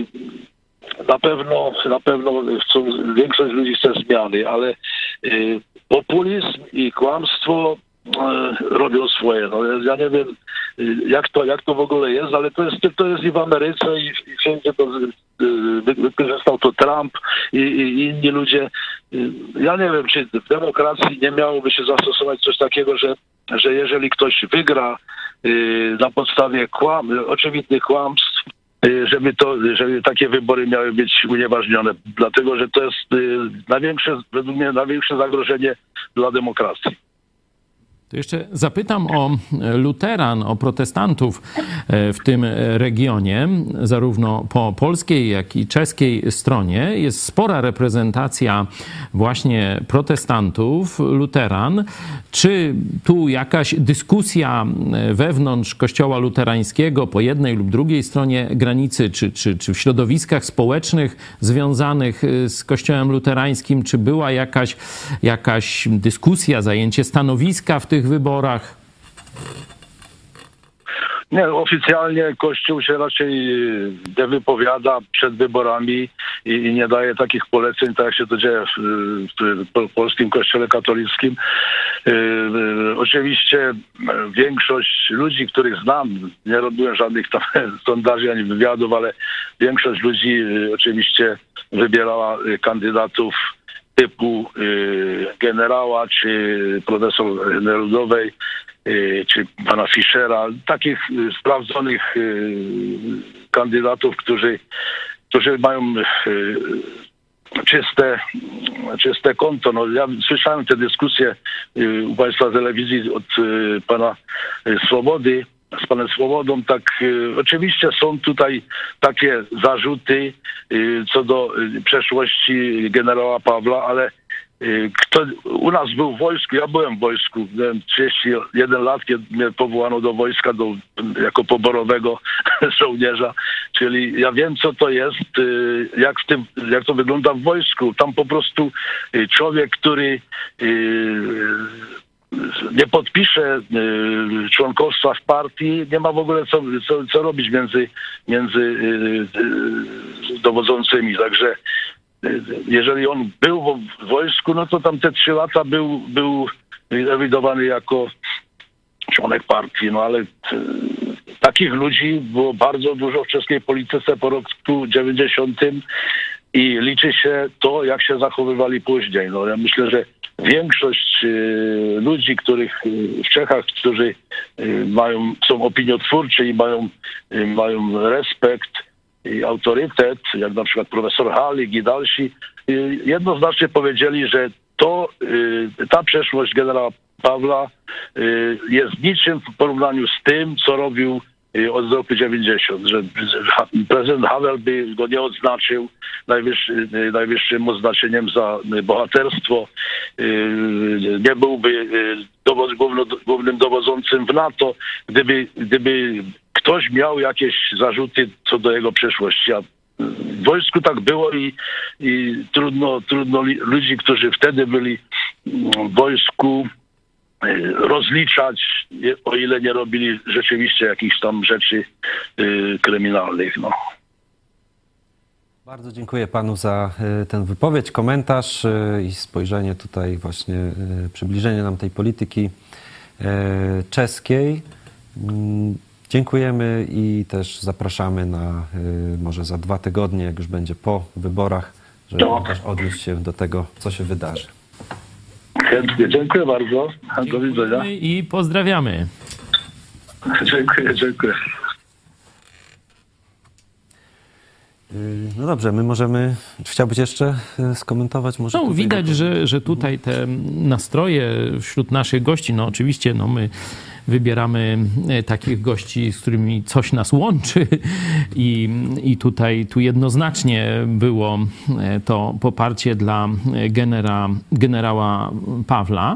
na pewno chcą, większość ludzi chce zmiany, ale populizm i kłamstwo robią swoje. No, ja nie wiem, jak to w ogóle jest, ale to jest i w Ameryce i wszędzie to wykorzystał to Trump i inni ludzie. Ja nie wiem, czy w demokracji nie miałoby się zastosować coś takiego, że jeżeli ktoś wygra na podstawie oczywistych kłamstw, żeby takie wybory miały być unieważnione, dlatego że to jest według mnie największe zagrożenie dla demokracji. To jeszcze zapytam o luteran, o protestantów w tym regionie, zarówno po polskiej, jak i czeskiej stronie. Jest spora reprezentacja właśnie protestantów, luteran. Czy tu jakaś dyskusja wewnątrz Kościoła luterańskiego po jednej lub drugiej stronie granicy, czy w środowiskach społecznych związanych z Kościołem luterańskim, czy była jakaś dyskusja, zajęcie stanowiska w tych wyborach? Nie, oficjalnie Kościół się raczej nie wypowiada przed wyborami i nie daje takich poleceń, tak jak się to dzieje w polskim Kościele katolickim. Oczywiście większość ludzi, których znam, nie robiłem żadnych tam sondaży ani wywiadów, ale większość ludzi oczywiście wybierała kandydatów typu generała czy profesor Nerudowej, czy pana Fischera, takich sprawdzonych kandydatów, którzy mają czyste konto. No, ja słyszałem te dyskusje u państwa w telewizji od pana Swobody, z panem Swobodą, tak oczywiście są tutaj takie zarzuty co do przeszłości generała Pawła, ale kto u nas był w wojsku, ja byłem w wojsku, miałem 31 lat, kiedy mnie powołano do wojska jako poborowego żołnierza, czyli ja wiem, co to jest, jak to wygląda w wojsku. Tam po prostu człowiek, który nie podpisze członkostwa w partii, nie ma w ogóle co robić między dowodzącymi. Także jeżeli on był w wojsku, no to tam te 3 lata był ewidowany jako członek partii. No ale takich ludzi było bardzo dużo w czeskiej polityce po roku 90 i liczy się to, jak się zachowywali później. No ja myślę, że większość ludzi, których w Czechach, którzy są opiniotwórczy i mają respekt i autorytet, jak na przykład profesor Halik i dalsi, jednoznacznie powiedzieli, że ta przeszłość generała Pawła jest niczym w porównaniu z tym, co robił od roku 90, że prezydent Havel by go nie odznaczył najwyższym odznaczeniem za bohaterstwo, nie byłby głównym dowodzącym w NATO, gdyby ktoś miał jakieś zarzuty co do jego przeszłości. A w wojsku tak było i trudno ludzi, którzy wtedy byli w wojsku, rozliczać, o ile nie robili rzeczywiście jakichś tam rzeczy kryminalnych. No. Bardzo dziękuję panu za tę wypowiedź, komentarz i spojrzenie tutaj właśnie, przybliżenie nam tej polityki czeskiej. Dziękujemy i też zapraszamy na może za 2 tygodnie, jak już będzie po wyborach, żeby też odnieść się do tego, co się wydarzy. Chętnie. Dziękuję bardzo. Do widzenia. I pozdrawiamy. Dziękuję. No dobrze, my możemy... Chciałbyś jeszcze skomentować? Może no, widać, że tutaj te nastroje wśród naszych gości, no oczywiście my wybieramy takich gości, z którymi coś nas łączy i tu jednoznacznie było to poparcie dla generała Pawła.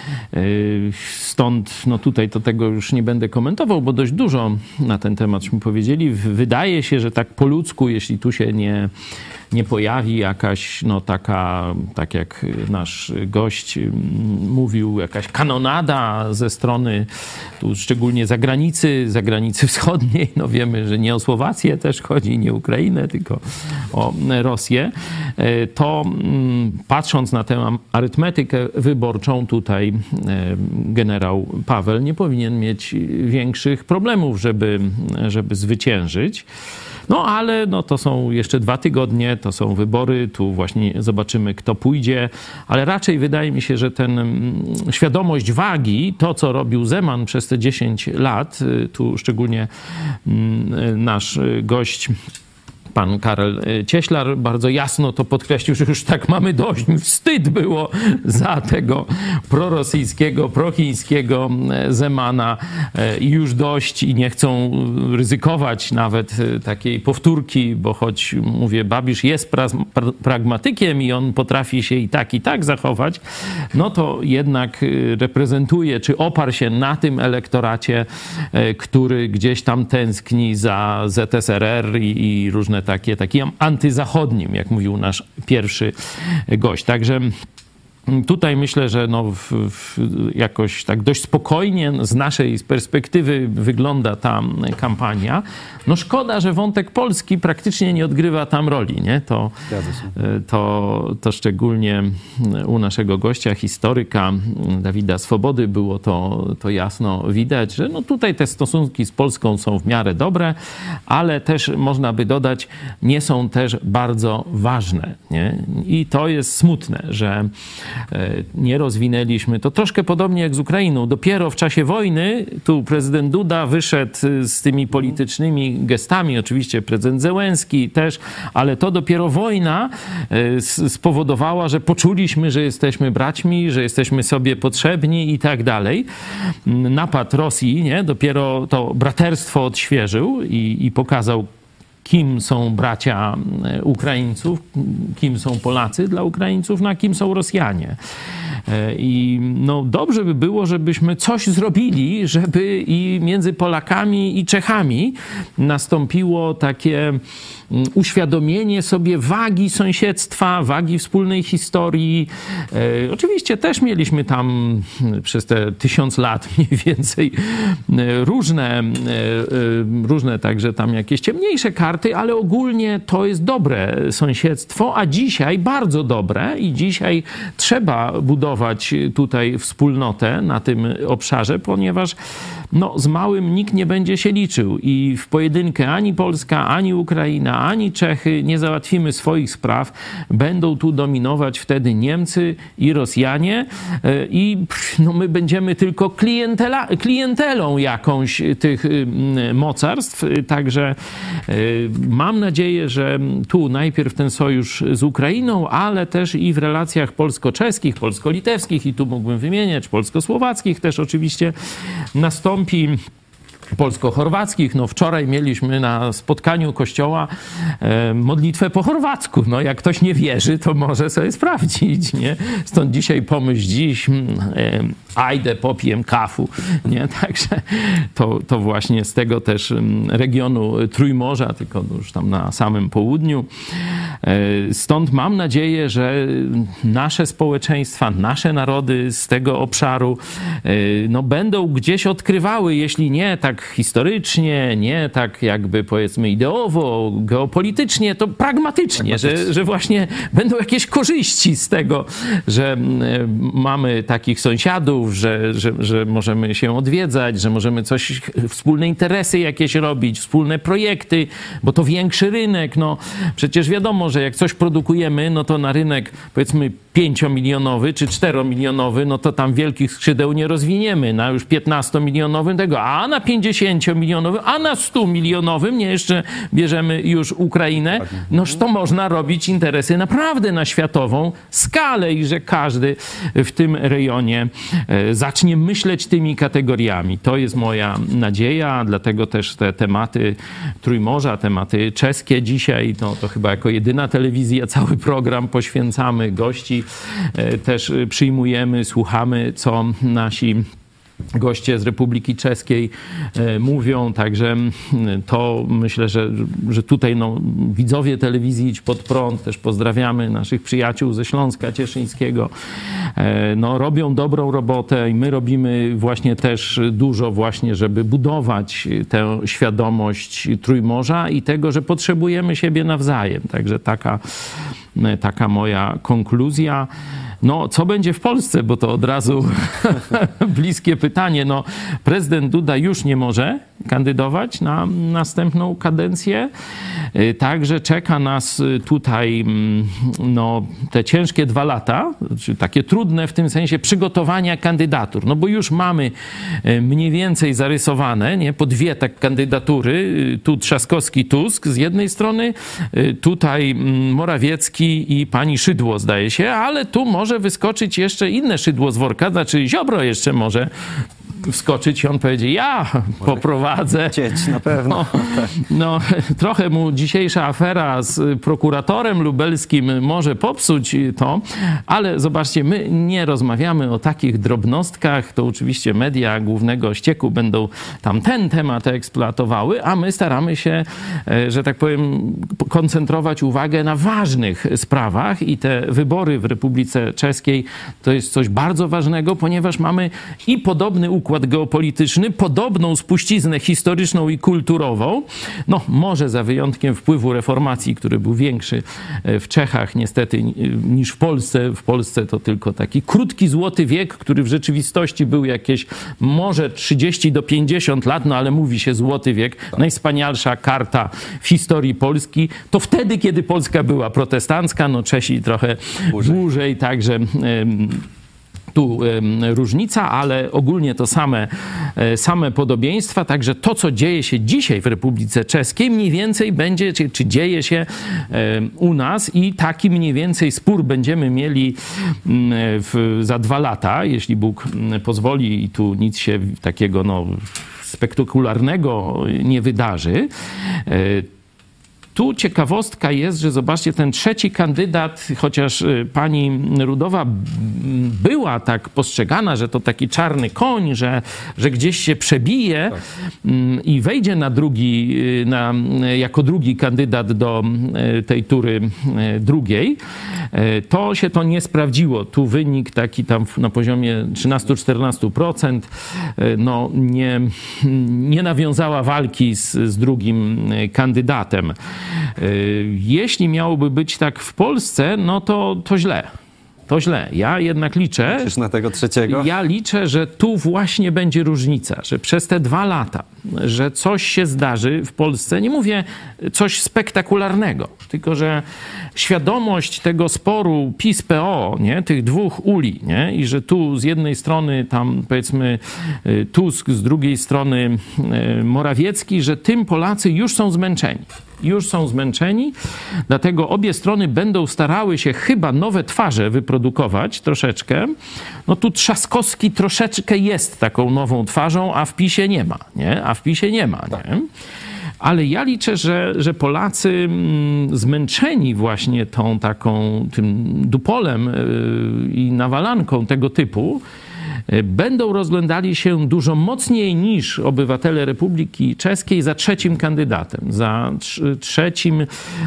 Stąd tutaj to tego już nie będę komentował, bo dość dużo na ten tematśmy powiedzieli. Wydaje się, że tak po ludzku, jeśli tu się nie pojawi jakaś taka, tak jak nasz gość mówił, jakaś kanonada ze strony tu szczególnie zagranicy wschodniej, no wiemy, że nie o Słowację też chodzi, nie Ukrainę, tylko o Rosję, to patrząc na tę arytmetykę wyborczą tutaj generał Paweł nie powinien mieć większych problemów, żeby zwyciężyć. No ale to są jeszcze 2 tygodnie, to są wybory, tu właśnie zobaczymy, kto pójdzie, ale raczej wydaje mi się, że świadomość wagi, to co robił Zeman przez te 10 lat, tu szczególnie nasz gość pan Karel Cieślar bardzo jasno to podkreślił, że już tak mamy dość. Wstyd było za tego prorosyjskiego, prochińskiego Zemana i już dość i nie chcą ryzykować nawet takiej powtórki, bo choć mówię, Babisz jest pragmatykiem i on potrafi się i tak zachować, no to jednak reprezentuje, czy oparł się na tym elektoracie, który gdzieś tam tęskni za ZSRR i różne takim antyzachodnim, jak mówił nasz pierwszy gość. Także Tutaj myślę, że no jakoś tak dość spokojnie z naszej perspektywy wygląda ta kampania. No szkoda, że wątek polski praktycznie nie odgrywa tam roli, nie? To szczególnie u naszego gościa, historyka Dawida Swobody było to jasno widać, że no tutaj te stosunki z Polską są w miarę dobre, ale też można by dodać, nie są też bardzo ważne, nie? I to jest smutne, że nie rozwinęliśmy. To troszkę podobnie jak z Ukrainą. Dopiero w czasie wojny tu prezydent Duda wyszedł z tymi politycznymi gestami, oczywiście prezydent Zełenski też, ale to dopiero wojna spowodowała, że poczuliśmy, że jesteśmy braćmi, że jesteśmy sobie potrzebni i tak dalej. Napad Rosji, nie? Dopiero to braterstwo odświeżył i pokazał, kim są bracia Ukraińców, kim są Polacy dla Ukraińców, a kim są Rosjanie. I no dobrze by było, żebyśmy coś zrobili, żeby i między Polakami i Czechami nastąpiło takie uświadomienie sobie wagi sąsiedztwa, wagi wspólnej historii. Oczywiście też mieliśmy tam przez te 1000 lat mniej więcej różne także tam jakieś ciemniejsze karty, ale ogólnie to jest dobre sąsiedztwo, a dzisiaj bardzo dobre i dzisiaj trzeba budować tutaj wspólnotę na tym obszarze, ponieważ no, z małym nikt nie będzie się liczył i w pojedynkę ani Polska, ani Ukraina, ani Czechy nie załatwimy swoich spraw. Będą tu dominować wtedy Niemcy i Rosjanie i no, my będziemy tylko klientelą jakąś tych mocarstw. Także mam nadzieję, że tu najpierw ten sojusz z Ukrainą, ale też i w relacjach polsko-czeskich, polsko-litewskich i tu mógłbym wymieniać, polsko-słowackich też oczywiście nastąpi, polsko-chorwackich. No wczoraj mieliśmy na spotkaniu kościoła modlitwę po chorwacku. No jak ktoś nie wierzy, to może sobie sprawdzić, nie? Stąd dzisiaj pomyśl dziś, ajdę, popijem kafu, nie? Także to właśnie z tego też regionu Trójmorza, tylko już tam na samym południu. Stąd mam nadzieję, że nasze społeczeństwa, nasze narody z tego obszaru no, będą gdzieś odkrywały, jeśli nie tak historycznie, nie tak jakby powiedzmy ideowo, geopolitycznie, to pragmatycznie. Że właśnie będą jakieś korzyści z tego, że mamy takich sąsiadów, że możemy się odwiedzać, że możemy coś, wspólne interesy jakieś robić, wspólne projekty, bo to większy rynek. No przecież wiadomo, że jak coś produkujemy, no to na rynek powiedzmy 5-milionowy czy 4-milionowy, no to tam wielkich skrzydeł nie rozwiniemy. Na już 15-milionowym tego, a na 50-milionowym, a na 100-milionowym, nie jeszcze bierzemy już Ukrainę, noż to można robić interesy naprawdę na światową skalę i że każdy w tym rejonie zacznie myśleć tymi kategoriami. To jest moja nadzieja, dlatego też te tematy Trójmorza, tematy czeskie dzisiaj, no to chyba jako jedyna telewizja cały program poświęcamy, gości też przyjmujemy, słuchamy, co nasi goście z Republiki Czeskiej mówią, także to myślę, że tutaj no, widzowie telewizji Idź Pod Prąd, też pozdrawiamy naszych przyjaciół ze Śląska Cieszyńskiego, no, robią dobrą robotę i my robimy właśnie też dużo właśnie, żeby budować tę świadomość Trójmorza i tego, że potrzebujemy siebie nawzajem. Także taka moja konkluzja. No, co będzie w Polsce, bo to od razu bliskie pytanie. No, prezydent Duda już nie może kandydować na następną kadencję. Także czeka nas tutaj no, te ciężkie 2 lata, czy takie trudne w tym sensie przygotowania kandydatur. No bo już mamy mniej więcej zarysowane, nie, po 2 tak kandydatury. Tu Trzaskowski, Tusk z jednej strony, tutaj Morawiecki i pani Szydło, zdaje się, ale tu może wyskoczyć jeszcze inne szydło z worka, znaczy Ziobro jeszcze może wskoczyć i on powiedzie, ja poprowadzę. Chcieć, na pewno. No, trochę mu dzisiejsza afera z prokuratorem lubelskim może popsuć to, ale zobaczcie, my nie rozmawiamy o takich drobnostkach, to oczywiście media głównego ścieku będą tam ten temat eksploatowały, a my staramy się, że tak powiem, koncentrować uwagę na ważnych sprawach i te wybory w Republice Czeskiej to jest coś bardzo ważnego, ponieważ mamy i podobny układ geopolityczny, podobną spuściznę historyczną i kulturową, no może za wyjątkiem wpływu reformacji, który był większy w Czechach niestety niż w Polsce. W Polsce to tylko taki krótki złoty wiek, który w rzeczywistości był jakieś może 30 do 50 lat, no ale mówi się złoty wiek, najwspanialsza karta w historii Polski. To wtedy, kiedy Polska była protestancka, no Czesi trochę dłużej także tu różnica, ale ogólnie to same podobieństwa. Także to, co dzieje się dzisiaj w Republice Czeskiej, mniej więcej będzie, czy dzieje się u nas i taki mniej więcej spór będziemy mieli za 2 lata, jeśli Bóg pozwoli i tu nic się takiego spektakularnego nie wydarzy. Tu ciekawostka jest, że zobaczcie, ten trzeci kandydat, chociaż pani Rudowa była tak postrzegana, że to taki czarny koń, że gdzieś się przebije i wejdzie jako drugi kandydat do tej tury drugiej, to się to nie sprawdziło. Tu wynik taki tam na poziomie 13-14% nie nawiązała walki z drugim kandydatem. Jeśli miałoby być tak w Polsce, no to źle. To źle. Ja jednak liczę... Liczysz na tego trzeciego? Ja liczę, że tu właśnie będzie różnica, że przez te 2 lata, że coś się zdarzy w Polsce, nie mówię coś spektakularnego, tylko że świadomość tego sporu PiS-PO, nie, tych 2 uli, nie, i że tu z jednej strony tam powiedzmy Tusk, z drugiej strony Morawiecki, że tym Polacy już są zmęczeni. Dlatego obie strony będą starały się chyba nowe twarze wyprodukować troszeczkę. No tu Trzaskowski troszeczkę jest taką nową twarzą, a w PiS-ie nie ma, nie? Nie? Ale ja liczę, że Polacy zmęczeni właśnie tym dupolem i nawalanką tego typu będą rozglądali się dużo mocniej niż obywatele Republiki Czeskiej za trzecim kandydatem, za trzecim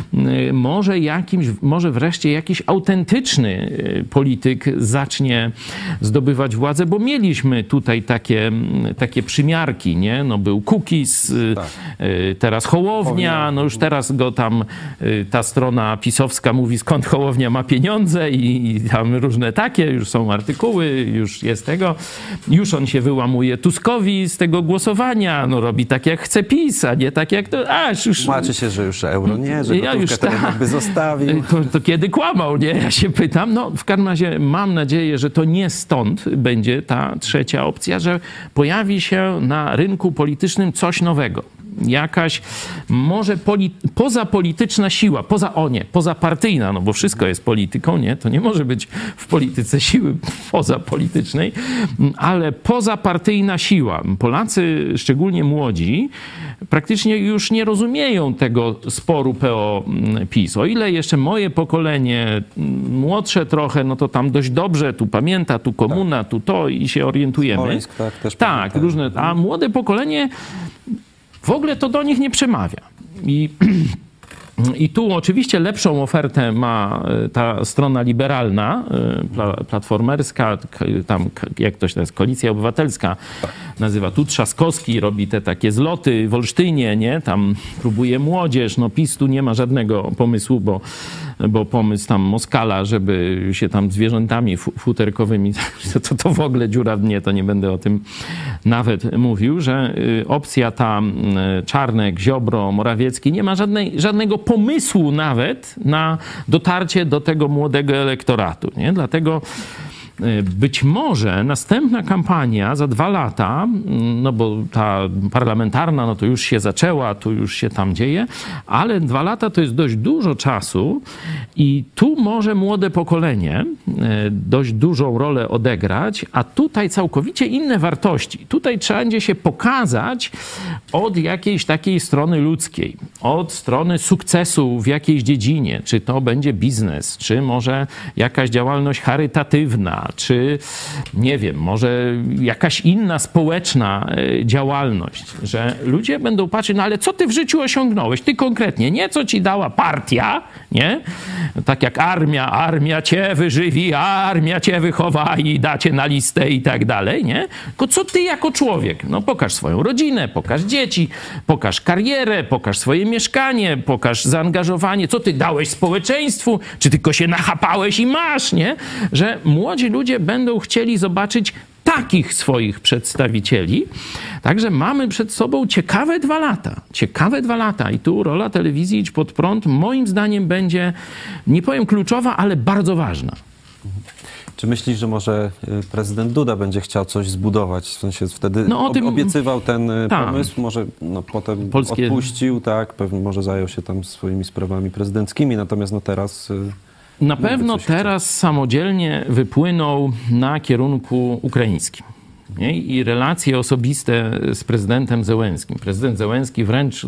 może wreszcie jakiś autentyczny polityk zacznie zdobywać władzę, bo mieliśmy tutaj takie przymiarki, nie? No był Kukiz, teraz Hołownia, no już teraz go tam ta strona pisowska mówi, skąd Hołownia ma pieniądze i tam różne takie, już są artykuły, już jest tego. Już on się wyłamuje Tuskowi z tego głosowania, no robi tak jak chce PiS, a nie tak jak to... Tłumaczy się, że już euro nie, że gotówkę to jednak by zostawił. To kiedy kłamał, nie? Ja się pytam. No w każdym razie mam nadzieję, że to nie stąd będzie ta trzecia opcja, że pojawi się na rynku politycznym coś nowego. Jakaś może pozapolityczna siła, pozapartyjna, no bo wszystko jest polityką, nie? To nie może być w polityce siły pozapolitycznej, ale pozapartyjna siła. Polacy, szczególnie młodzi, praktycznie już nie rozumieją tego sporu PO-PiS. O ile jeszcze moje pokolenie, młodsze trochę, no to tam dość dobrze, tu pamięta, tu komuna, tu to i się orientujemy. Smoleńsk, też tak, różne, a młode pokolenie w ogóle to do nich nie przemawia. I tu oczywiście lepszą ofertę ma ta strona liberalna, platformerska, tam jak to się Koalicja Obywatelska nazywa. Tu Trzaskowski robi te takie zloty w Olsztynie, nie? Tam próbuje młodzież. No PiS tu nie ma żadnego pomysłu, bo pomysł tam Moskala, żeby się tam zwierzętami futerkowymi, to w ogóle dziura w dnie, to nie będę o tym nawet mówił, że opcja ta Czarnek, Ziobro, Morawiecki nie ma żadnego pomysłu nawet na dotarcie do tego młodego elektoratu, nie? Dlatego być może następna kampania za 2 lata, no bo ta parlamentarna, no to już się zaczęła, tu już się tam dzieje, ale 2 lata to jest dość dużo czasu i tu może młode pokolenie dość dużą rolę odegrać, a tutaj całkowicie inne wartości. Tutaj trzeba będzie się pokazać od jakiejś takiej strony ludzkiej, od strony sukcesu w jakiejś dziedzinie, czy to będzie biznes, czy może jakaś działalność charytatywna, czy nie wiem, może jakaś inna społeczna działalność, że ludzie będą patrzeć, no ale co ty w życiu osiągnąłeś? Ty konkretnie, nie co ci dała partia, nie? Tak jak armia cię wyżywi, armia cię wychowa i da cię na listę i tak dalej, nie? Tylko co ty jako człowiek? No pokaż swoją rodzinę, pokaż dzieci, pokaż karierę, pokaż swoje mieszkanie, pokaż zaangażowanie, co ty dałeś społeczeństwu, czy tylko się nachapałeś i masz, nie? Że młodzi ludzie będą chcieli zobaczyć takich swoich przedstawicieli. Także mamy przed sobą ciekawe 2 lata. Ciekawe 2 lata. I tu rola telewizji Idź Pod Prąd moim zdaniem będzie, nie powiem kluczowa, ale bardzo ważna. Czy myślisz, że prezydent Duda będzie chciał coś zbudować? W sensie wtedy obiecywał ten pomysł, może potem odpuścił, tak, pewnie może zajął się tam swoimi sprawami prezydenckimi, natomiast teraz... Na pewno teraz samodzielnie wypłynął na kierunku ukraińskim. Nie? I relacje osobiste z prezydentem Zełenskim. Prezydent Zełenski wręcz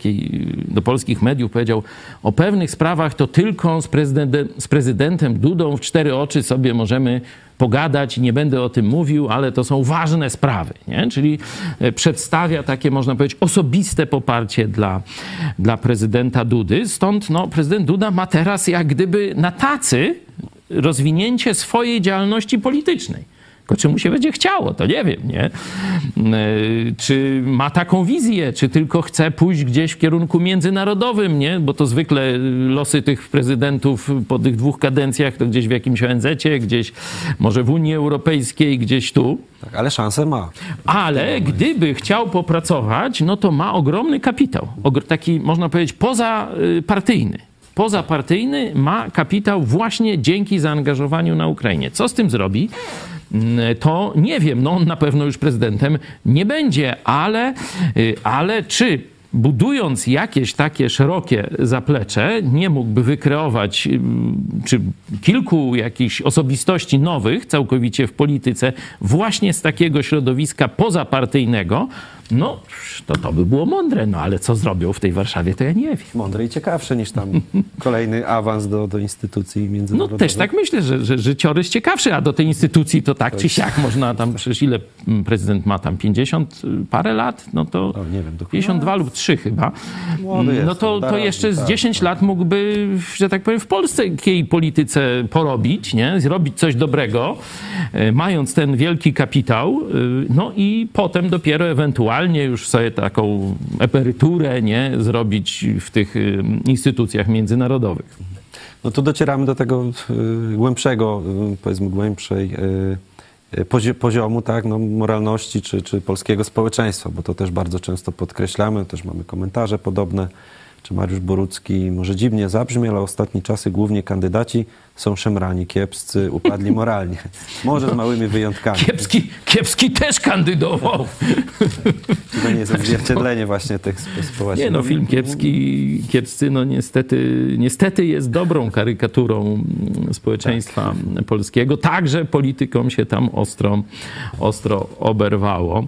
do polskich mediów powiedział, o pewnych sprawach to tylko z prezydentem Dudą w 4 oczy sobie możemy pogadać, nie będę o tym mówił, ale to są ważne sprawy. Nie? Czyli przedstawia takie, można powiedzieć, osobiste poparcie dla prezydenta Dudy. Stąd prezydent Duda ma teraz jak gdyby na tacy rozwinięcie swojej działalności politycznej. Tylko czy mu się będzie chciało, to nie wiem, nie? Czy ma taką wizję, czy tylko chce pójść gdzieś w kierunku międzynarodowym, nie? Bo to zwykle losy tych prezydentów po tych 2 kadencjach to gdzieś w jakimś ONZ-cie, gdzieś może w Unii Europejskiej, gdzieś tu. Tak, ale szansę ma. Ale gdyby chciał popracować, no to ma ogromny kapitał. Taki, można powiedzieć, pozapartyjny. Pozapartyjny ma kapitał właśnie dzięki zaangażowaniu na Ukrainie. Co z tym zrobi? To nie wiem, on na pewno już prezydentem nie będzie, ale czy budując jakieś takie szerokie zaplecze, nie mógłby wykreować czy kilku jakichś osobistości nowych całkowicie w polityce właśnie z takiego środowiska pozapartyjnego, to by było mądre, ale co zrobią w tej Warszawie, to ja nie wiem. Mądre i ciekawsze niż tam kolejny awans do instytucji międzynarodowych. Też tak myślę, że życiorys ciekawszy, a do tej instytucji to tak czy siak można tam, przecież ile prezydent ma tam, 50 parę lat? To nie wiem, 52 lub 3 chyba. Jest, to jeszcze z 10 lat mógłby, że tak powiem, w polskiej polityce porobić, nie? Zrobić coś dobrego, mając ten wielki kapitał, i potem dopiero ewentualnie już sobie taką emeryturę, nie, zrobić w tych instytucjach międzynarodowych. Tu docieramy do tego głębszego, powiedzmy głębszej poziomu, tak, moralności czy polskiego społeczeństwa, bo to też bardzo często podkreślamy, też mamy komentarze podobne. Czy Mariusz Borucki może dziwnie zabrzmi, ale ostatnie czasy głównie kandydaci są szemrani, kiepscy, upadli moralnie. Może z małymi wyjątkami. Kiepski też kandydował. To nie jest odzwierciedlenie właśnie tych społecznych. Nie, film kiepscy, niestety jest dobrą karykaturą społeczeństwa polskiego. Także politykom się tam ostro oberwało.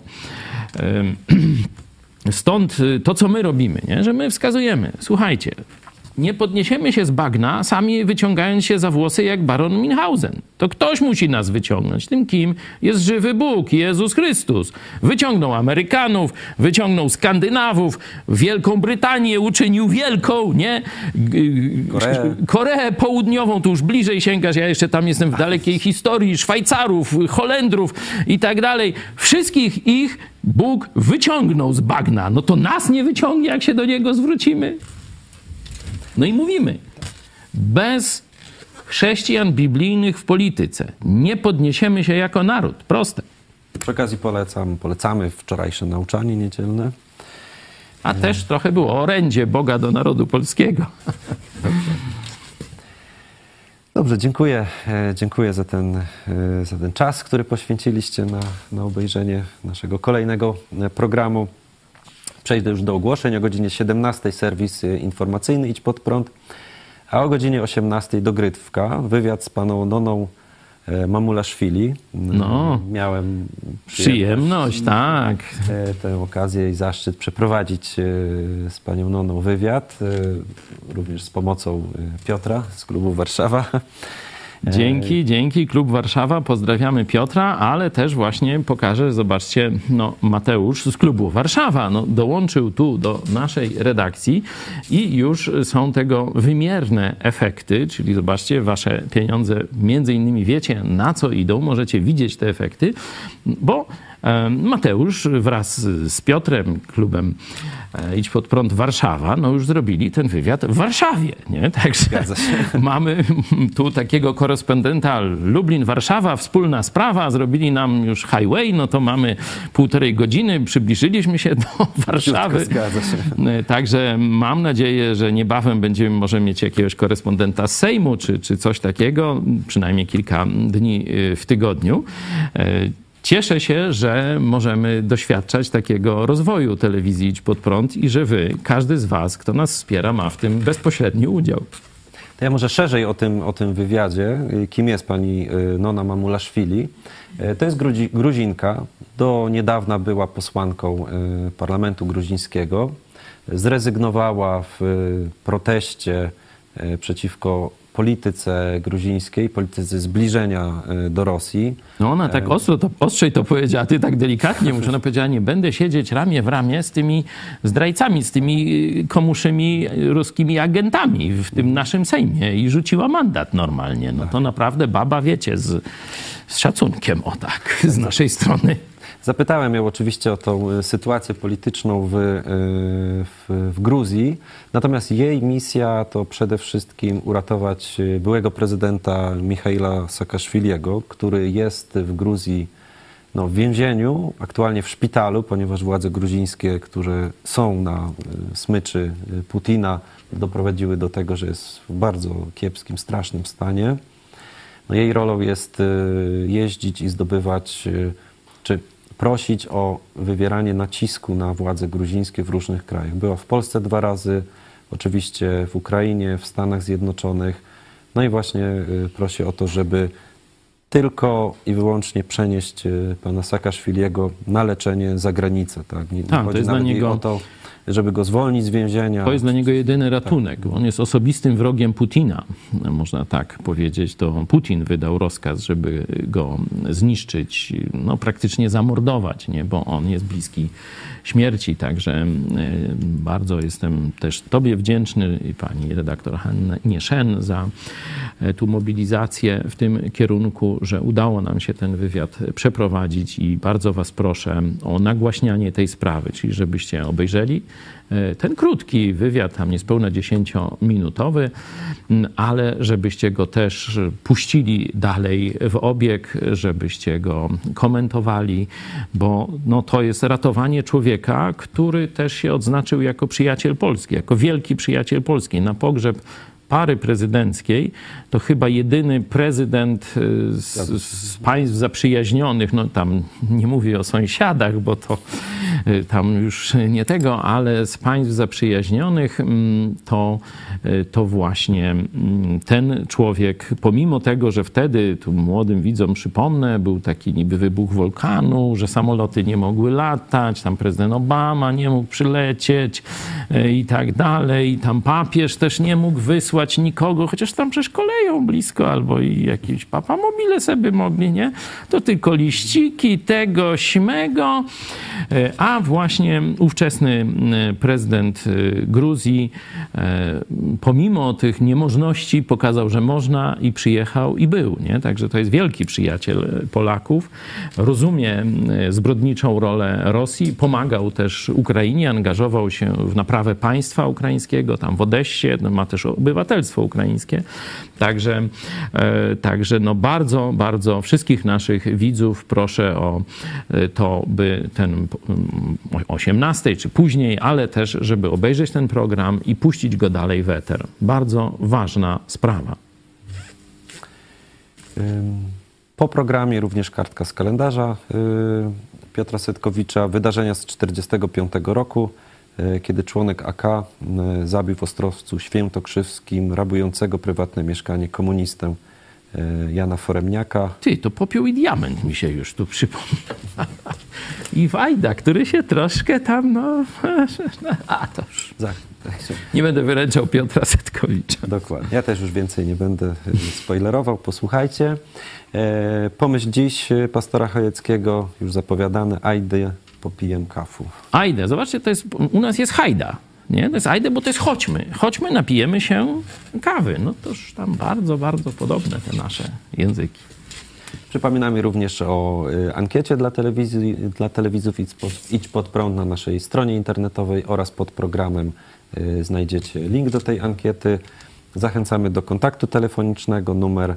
Stąd to, co my robimy, nie? Że my wskazujemy, słuchajcie, nie podniesiemy się z bagna, sami wyciągając się za włosy jak baron Münchhausen. To ktoś musi nas wyciągnąć. Tym kim jest żywy Bóg, Jezus Chrystus. Wyciągnął Amerykanów, wyciągnął Skandynawów, Wielką Brytanię uczynił wielką, nie? Koreę Południową, tu już bliżej sięgasz, ja jeszcze tam jestem w dalekiej historii, Szwajcarów, Holendrów i tak dalej. Wszystkich ich Bóg wyciągnął z bagna. To nas nie wyciągnie, jak się do Niego zwrócimy. I mówimy, bez chrześcijan biblijnych w polityce nie podniesiemy się jako naród. Proste. Przy okazji polecamy wczorajsze nauczanie niedzielne. A też trochę było o orędzie Boga do narodu polskiego. Dobrze. Dobrze, dziękuję za ten czas, który poświęciliście na obejrzenie naszego kolejnego programu. Przejdę już do ogłoszeń. O godzinie 17 serwis informacyjny Idź Pod Prąd, a o godzinie 18 dogrywka. Wywiad z paną Noną Mamulaszwili. No, miałem przyjemność, tak. Tę okazję i zaszczyt przeprowadzić z panią Noną wywiad, również z pomocą Piotra z klubu Warszawa. Dzięki. Klub Warszawa. Pozdrawiamy Piotra, ale też właśnie pokażę, zobaczcie, Mateusz z klubu Warszawa dołączył tu do naszej redakcji i już są tego wymierne efekty, czyli zobaczcie, wasze pieniądze między innymi wiecie, na co idą, możecie widzieć te efekty, bo Mateusz wraz z Piotrem, klubem Idź Pod Prąd Warszawa, już zrobili ten wywiad w Warszawie, nie? Także mamy tu takiego korespondenta Lublin-Warszawa, wspólna sprawa, zrobili nam już highway, to mamy 1,5 godziny, przybliżyliśmy się do Warszawy. Zgadza się. Także mam nadzieję, że niebawem będziemy może mieć jakiegoś korespondenta z Sejmu, czy coś takiego, przynajmniej kilka dni w tygodniu. Cieszę się, że możemy doświadczać takiego rozwoju telewizji Idź Pod Prąd i że wy, każdy z was, kto nas wspiera, ma w tym bezpośredni udział. To ja może szerzej o tym wywiadzie. Kim jest pani Nona Mamulaszwili? To jest Gruzinka. Do niedawna była posłanką parlamentu gruzińskiego. Zrezygnowała w proteście przeciwko polityce gruzińskiej, polityce zbliżenia do Rosji. Ona tak ostrzej to powiedziała, ty tak delikatnie mówisz. Ona powiedziała, nie będę siedzieć ramię w ramię z tymi zdrajcami, z tymi komuszymi ruskimi agentami w tym naszym Sejmie i rzuciła mandat normalnie. To naprawdę baba, wiecie, z szacunkiem, z naszej strony. Zapytałem ją oczywiście o tą sytuację polityczną w Gruzji, natomiast jej misja to przede wszystkim uratować byłego prezydenta Michaila Saakaszwiliego, który jest w Gruzji w więzieniu, aktualnie w szpitalu, ponieważ władze gruzińskie, które są na smyczy Putina, doprowadziły do tego, że jest w bardzo kiepskim, strasznym stanie. Jej rolą jest jeździć i zdobywać, czy prosić o wywieranie nacisku na władze gruzińskie w różnych krajach. Była w Polsce 2 razy, oczywiście w Ukrainie, w Stanach Zjednoczonych. I właśnie prosi o to, żeby tylko i wyłącznie przenieść pana Saakaszwiliego na leczenie za granicę. Nie chodzi to jest nawet dla niego... o to, żeby go zwolnić z więzienia. To jest dla niego jedyny ratunek. On jest osobistym wrogiem Putina, można tak powiedzieć. To Putin wydał rozkaz, żeby go zniszczyć, praktycznie zamordować, bo on jest bliski śmierci. Także bardzo jestem też tobie wdzięczny i pani redaktor Hannie Szen za tu mobilizację w tym kierunku, że udało nam się ten wywiad przeprowadzić i bardzo was proszę o nagłaśnianie tej sprawy, czyli żebyście obejrzeli ten krótki wywiad, tam niespełna 10-minutowy, ale żebyście go też puścili dalej w obieg, żebyście go komentowali, bo to jest ratowanie człowieka, który też się odznaczył jako przyjaciel Polski, jako wielki przyjaciel Polski. Na pogrzeb pary prezydenckiej to chyba jedyny prezydent z państw zaprzyjaźnionych, tam nie mówię o sąsiadach, bo to tam już nie tego, ale z państw zaprzyjaźnionych to właśnie ten człowiek, pomimo tego, że wtedy, tu młodym widzom przypomnę, był taki niby wybuch wulkanu, że samoloty nie mogły latać, tam prezydent Obama nie mógł przylecieć i tak dalej, i tam papież też nie mógł wysłać nikogo, chociaż tam przecież koleją blisko, albo i jakieś papamobile sobie mogli, nie? To tylko liściki tego, śmego, a właśnie ówczesny prezydent Gruzji pomimo tych niemożności pokazał, że można i przyjechał i był, nie? Także to jest wielki przyjaciel Polaków, rozumie zbrodniczą rolę Rosji, pomagał też Ukrainie, angażował się w naprawę państwa ukraińskiego, tam w Odessie, ma też obywatelstwo ukraińskie. Także bardzo, bardzo wszystkich naszych widzów proszę o to, by ten 18 czy później, ale też, żeby obejrzeć ten program i puścić go dalej w eter. Bardzo ważna sprawa. Po programie również kartka z kalendarza Piotra Setkowicza, wydarzenia z 1945 roku, kiedy członek AK zabił w Ostrowcu Świętokrzyskim rabującego prywatne mieszkanie komunistę Jana Foremniaka. Ty, to popiół i diament mi się już tu przypomina. I Wajda, który się troszkę tam, no... A, to już... Nie będę wyręczał Piotra Setkowicza. Dokładnie. Ja też już więcej nie będę spoilerował. Posłuchajcie. Pomyśl dziś pastora Chojeckiego, już zapowiadany, ajdę popijem kafu. Ajdę. Zobaczcie, to jest, u nas jest hajda. Nie? To jest ajdę, bo to jest chodźmy. Chodźmy, napijemy się kawy. No toż tam bardzo, bardzo podobne te nasze języki. Przypominamy również o ankiecie dla telewizów Idź Pod Prąd na naszej stronie internetowej oraz pod programem znajdziecie link do tej ankiety. Zachęcamy do kontaktu telefonicznego numer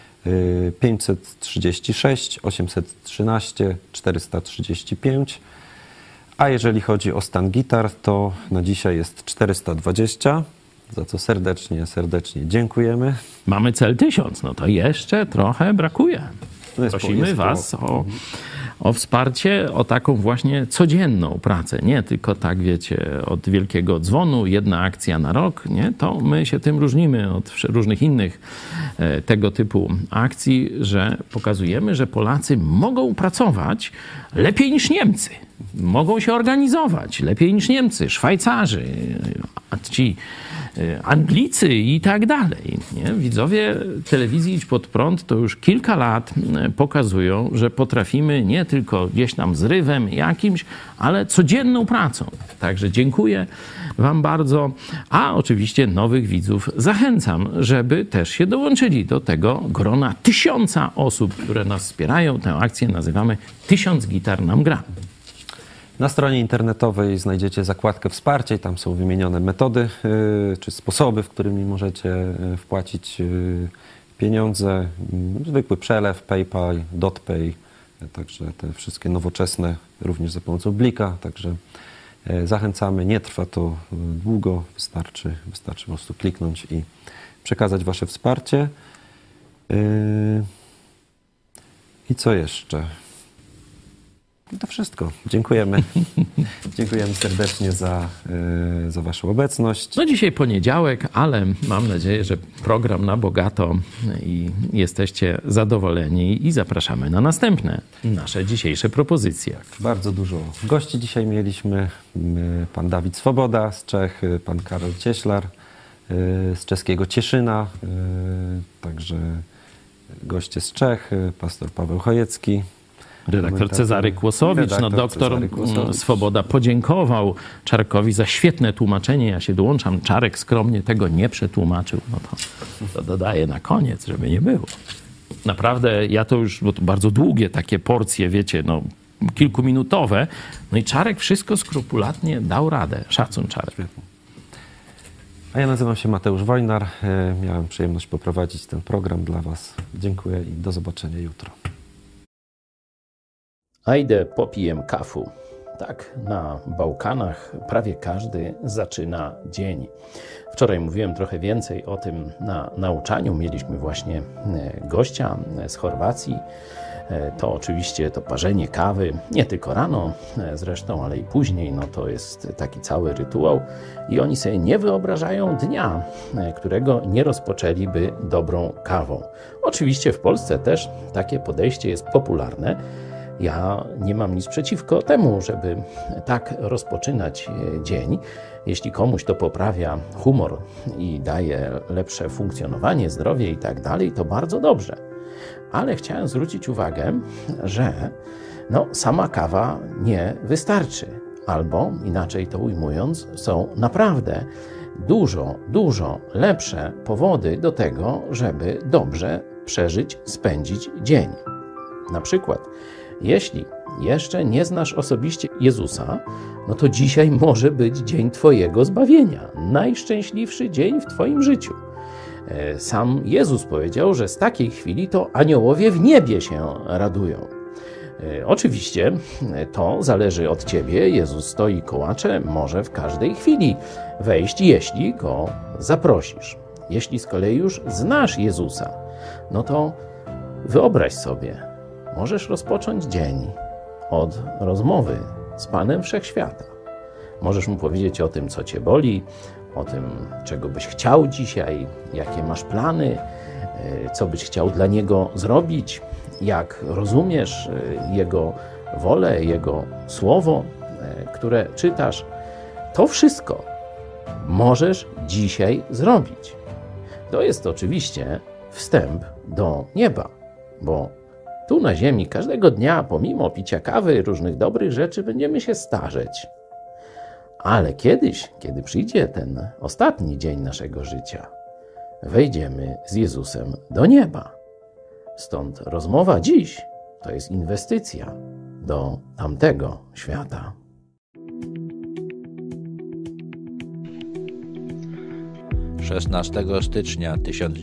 536 813 435. A jeżeli chodzi o stan gitar, to na dzisiaj jest 420, za co serdecznie dziękujemy. Mamy cel 1000, no to jeszcze trochę brakuje. Prosimy Was o wsparcie, o taką właśnie codzienną pracę. Nie tylko tak, wiecie, od wielkiego dzwonu, jedna akcja na rok, nie? To my się tym różnimy od różnych innych tego typu akcji, że pokazujemy, że Polacy mogą pracować lepiej niż Niemcy. Mogą się organizować lepiej niż Niemcy, Szwajcarzy, ci Anglicy i tak dalej. Nie? Widzowie telewizji Idź Pod Prąd to już kilka lat pokazują, że potrafimy nie tylko gdzieś tam zrywem jakimś, ale codzienną pracą. Także dziękuję Wam bardzo, a oczywiście nowych widzów zachęcam, żeby też się dołączyli do tego grona 1000 osób, które nas wspierają. Tę akcję nazywamy 1000 gitar nam gra. Na stronie internetowej znajdziecie zakładkę wsparcie. Tam są wymienione metody czy sposoby, w którymi możecie wpłacić pieniądze. Zwykły przelew, PayPal, DotPay, także te wszystkie nowoczesne również za pomocą Blika. Także zachęcamy. Nie trwa to długo. Wystarczy po prostu kliknąć i przekazać Wasze wsparcie. I co jeszcze? To wszystko. Dziękujemy. Dziękujemy serdecznie za Waszą obecność. No dzisiaj poniedziałek, ale mam nadzieję, że program na bogato i jesteście zadowoleni i zapraszamy na następne nasze dzisiejsze propozycje. Bardzo dużo gości dzisiaj mieliśmy. Pan Dawid Swoboda z Czech, pan Karol Cieślar z czeskiego Cieszyna, także goście z Czech, pastor Paweł Chojecki. Redaktor Cezary Kłosowicz, doktor Swoboda podziękował Czarkowi za świetne tłumaczenie. Ja się dołączam. Czarek skromnie tego nie przetłumaczył. No to dodaję na koniec, żeby nie było. Naprawdę, ja to już, bo to bardzo długie takie porcje, wiecie, no kilkuminutowe. No i Czarek wszystko skrupulatnie dał radę. Szacun, Czarek. A ja nazywam się Mateusz Wojnar. Miałem przyjemność poprowadzić ten program dla Was. Dziękuję i do zobaczenia jutro. Ajdę popijem kafu. Tak, na Bałkanach prawie każdy zaczyna dzień. Wczoraj mówiłem trochę więcej o tym na nauczaniu. Mieliśmy właśnie gościa z Chorwacji. To oczywiście to parzenie kawy, nie tylko rano zresztą, ale i później, no to jest taki cały rytuał. I oni sobie nie wyobrażają dnia, którego nie rozpoczęliby dobrą kawą. Oczywiście w Polsce też takie podejście jest popularne. Ja nie mam nic przeciwko temu, żeby tak rozpoczynać dzień. Jeśli komuś to poprawia humor i daje lepsze funkcjonowanie, zdrowie i tak dalej, to bardzo dobrze. Ale chciałem zwrócić uwagę, że sama kawa nie wystarczy. Albo, inaczej to ujmując, są naprawdę dużo lepsze powody do tego, żeby dobrze przeżyć, spędzić dzień. Na przykład, jeśli jeszcze nie znasz osobiście Jezusa, no to dzisiaj może być dzień Twojego zbawienia. Najszczęśliwszy dzień w Twoim życiu. Sam Jezus powiedział, że z takiej chwili to aniołowie w niebie się radują. Oczywiście to zależy od Ciebie. Jezus stoi kołacze, może w każdej chwili wejść, jeśli Go zaprosisz. Jeśli z kolei już znasz Jezusa, no to Wyobraź sobie, możesz rozpocząć dzień od rozmowy z Panem Wszechświata. Możesz mu powiedzieć o tym, co cię boli, o tym, czego byś chciał dzisiaj, jakie masz plany, co byś chciał dla Niego zrobić, jak rozumiesz Jego wolę, Jego słowo, które czytasz. To wszystko możesz dzisiaj zrobić. To jest oczywiście wstęp do nieba, bo tu na ziemi każdego dnia, pomimo picia kawy, różnych dobrych rzeczy, będziemy się starzeć. Ale kiedyś, kiedy przyjdzie ten ostatni dzień naszego życia, wejdziemy z Jezusem do nieba. Stąd rozmowa dziś to jest inwestycja do tamtego świata. 16 stycznia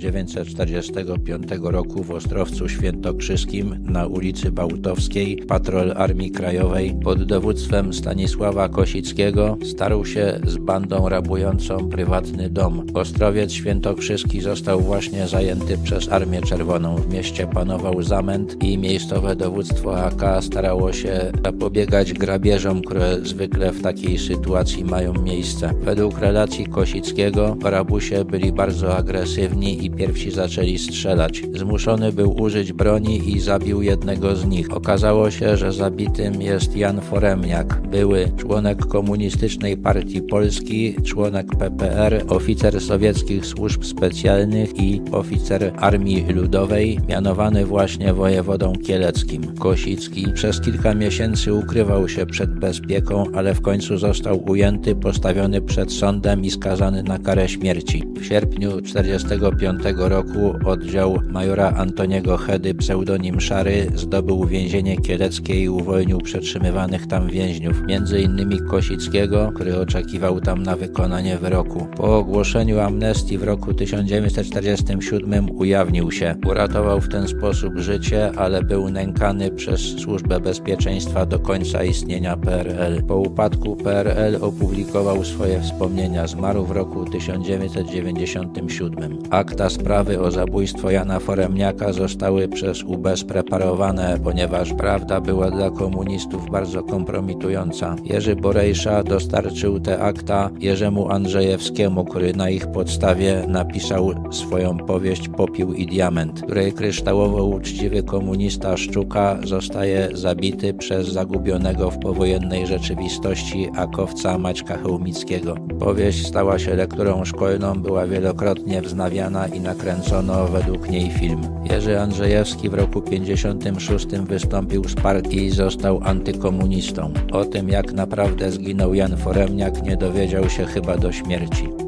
1945 roku w Ostrowcu Świętokrzyskim na ulicy Bałtowskiej patrol Armii Krajowej pod dowództwem Stanisława Kosickiego starł się z bandą rabującą prywatny dom. Ostrowiec Świętokrzyski został właśnie zajęty przez Armię Czerwoną. W mieście panował zamęt i miejscowe dowództwo AK starało się zapobiegać grabieżom, które zwykle w takiej sytuacji mają miejsce. Według relacji Kosickiego rabusie byli bardzo agresywni i pierwsi zaczęli strzelać. Zmuszony był użyć broni i zabił jednego z nich. Okazało się, że zabitym jest Jan Foremniak, były członek Komunistycznej Partii Polski, członek PPR, oficer sowieckich służb specjalnych i oficer Armii Ludowej, mianowany właśnie wojewodą kieleckim. Kosicki przez kilka miesięcy ukrywał się przed bezpieką, ale w końcu został ujęty, postawiony przed sądem i skazany na karę śmierci. W sierpniu 1945 roku oddział majora Antoniego Hedy, pseudonim Szary, zdobył więzienie kieleckie i uwolnił przetrzymywanych tam więźniów, między innymi Kosickiego, który oczekiwał tam na wykonanie wyroku. Po ogłoszeniu amnestii w roku 1947 ujawnił się. Uratował w ten sposób życie, ale był nękany przez Służbę Bezpieczeństwa do końca istnienia PRL. Po upadku PRL opublikował swoje wspomnienia. Zmarł w roku 1997. Akta sprawy o zabójstwo Jana Foremniaka zostały przez UB spreparowane, ponieważ prawda była dla komunistów bardzo kompromitująca. Jerzy Borejsza dostarczył te akta Jerzemu Andrzejewskiemu, który na ich podstawie napisał swoją powieść Popiół i Diament, której kryształowo uczciwy komunista Szczuka zostaje zabity przez zagubionego w powojennej rzeczywistości akowca Maćka Chełmickiego. Powieść stała się lekturą szkolną, była wielokrotnie wznawiana i nakręcono według niej film. Jerzy Andrzejewski w roku 1956 wystąpił z partii i został antykomunistą. O tym, jak naprawdę zginął Jan Foremniak, nie dowiedział się chyba do śmierci.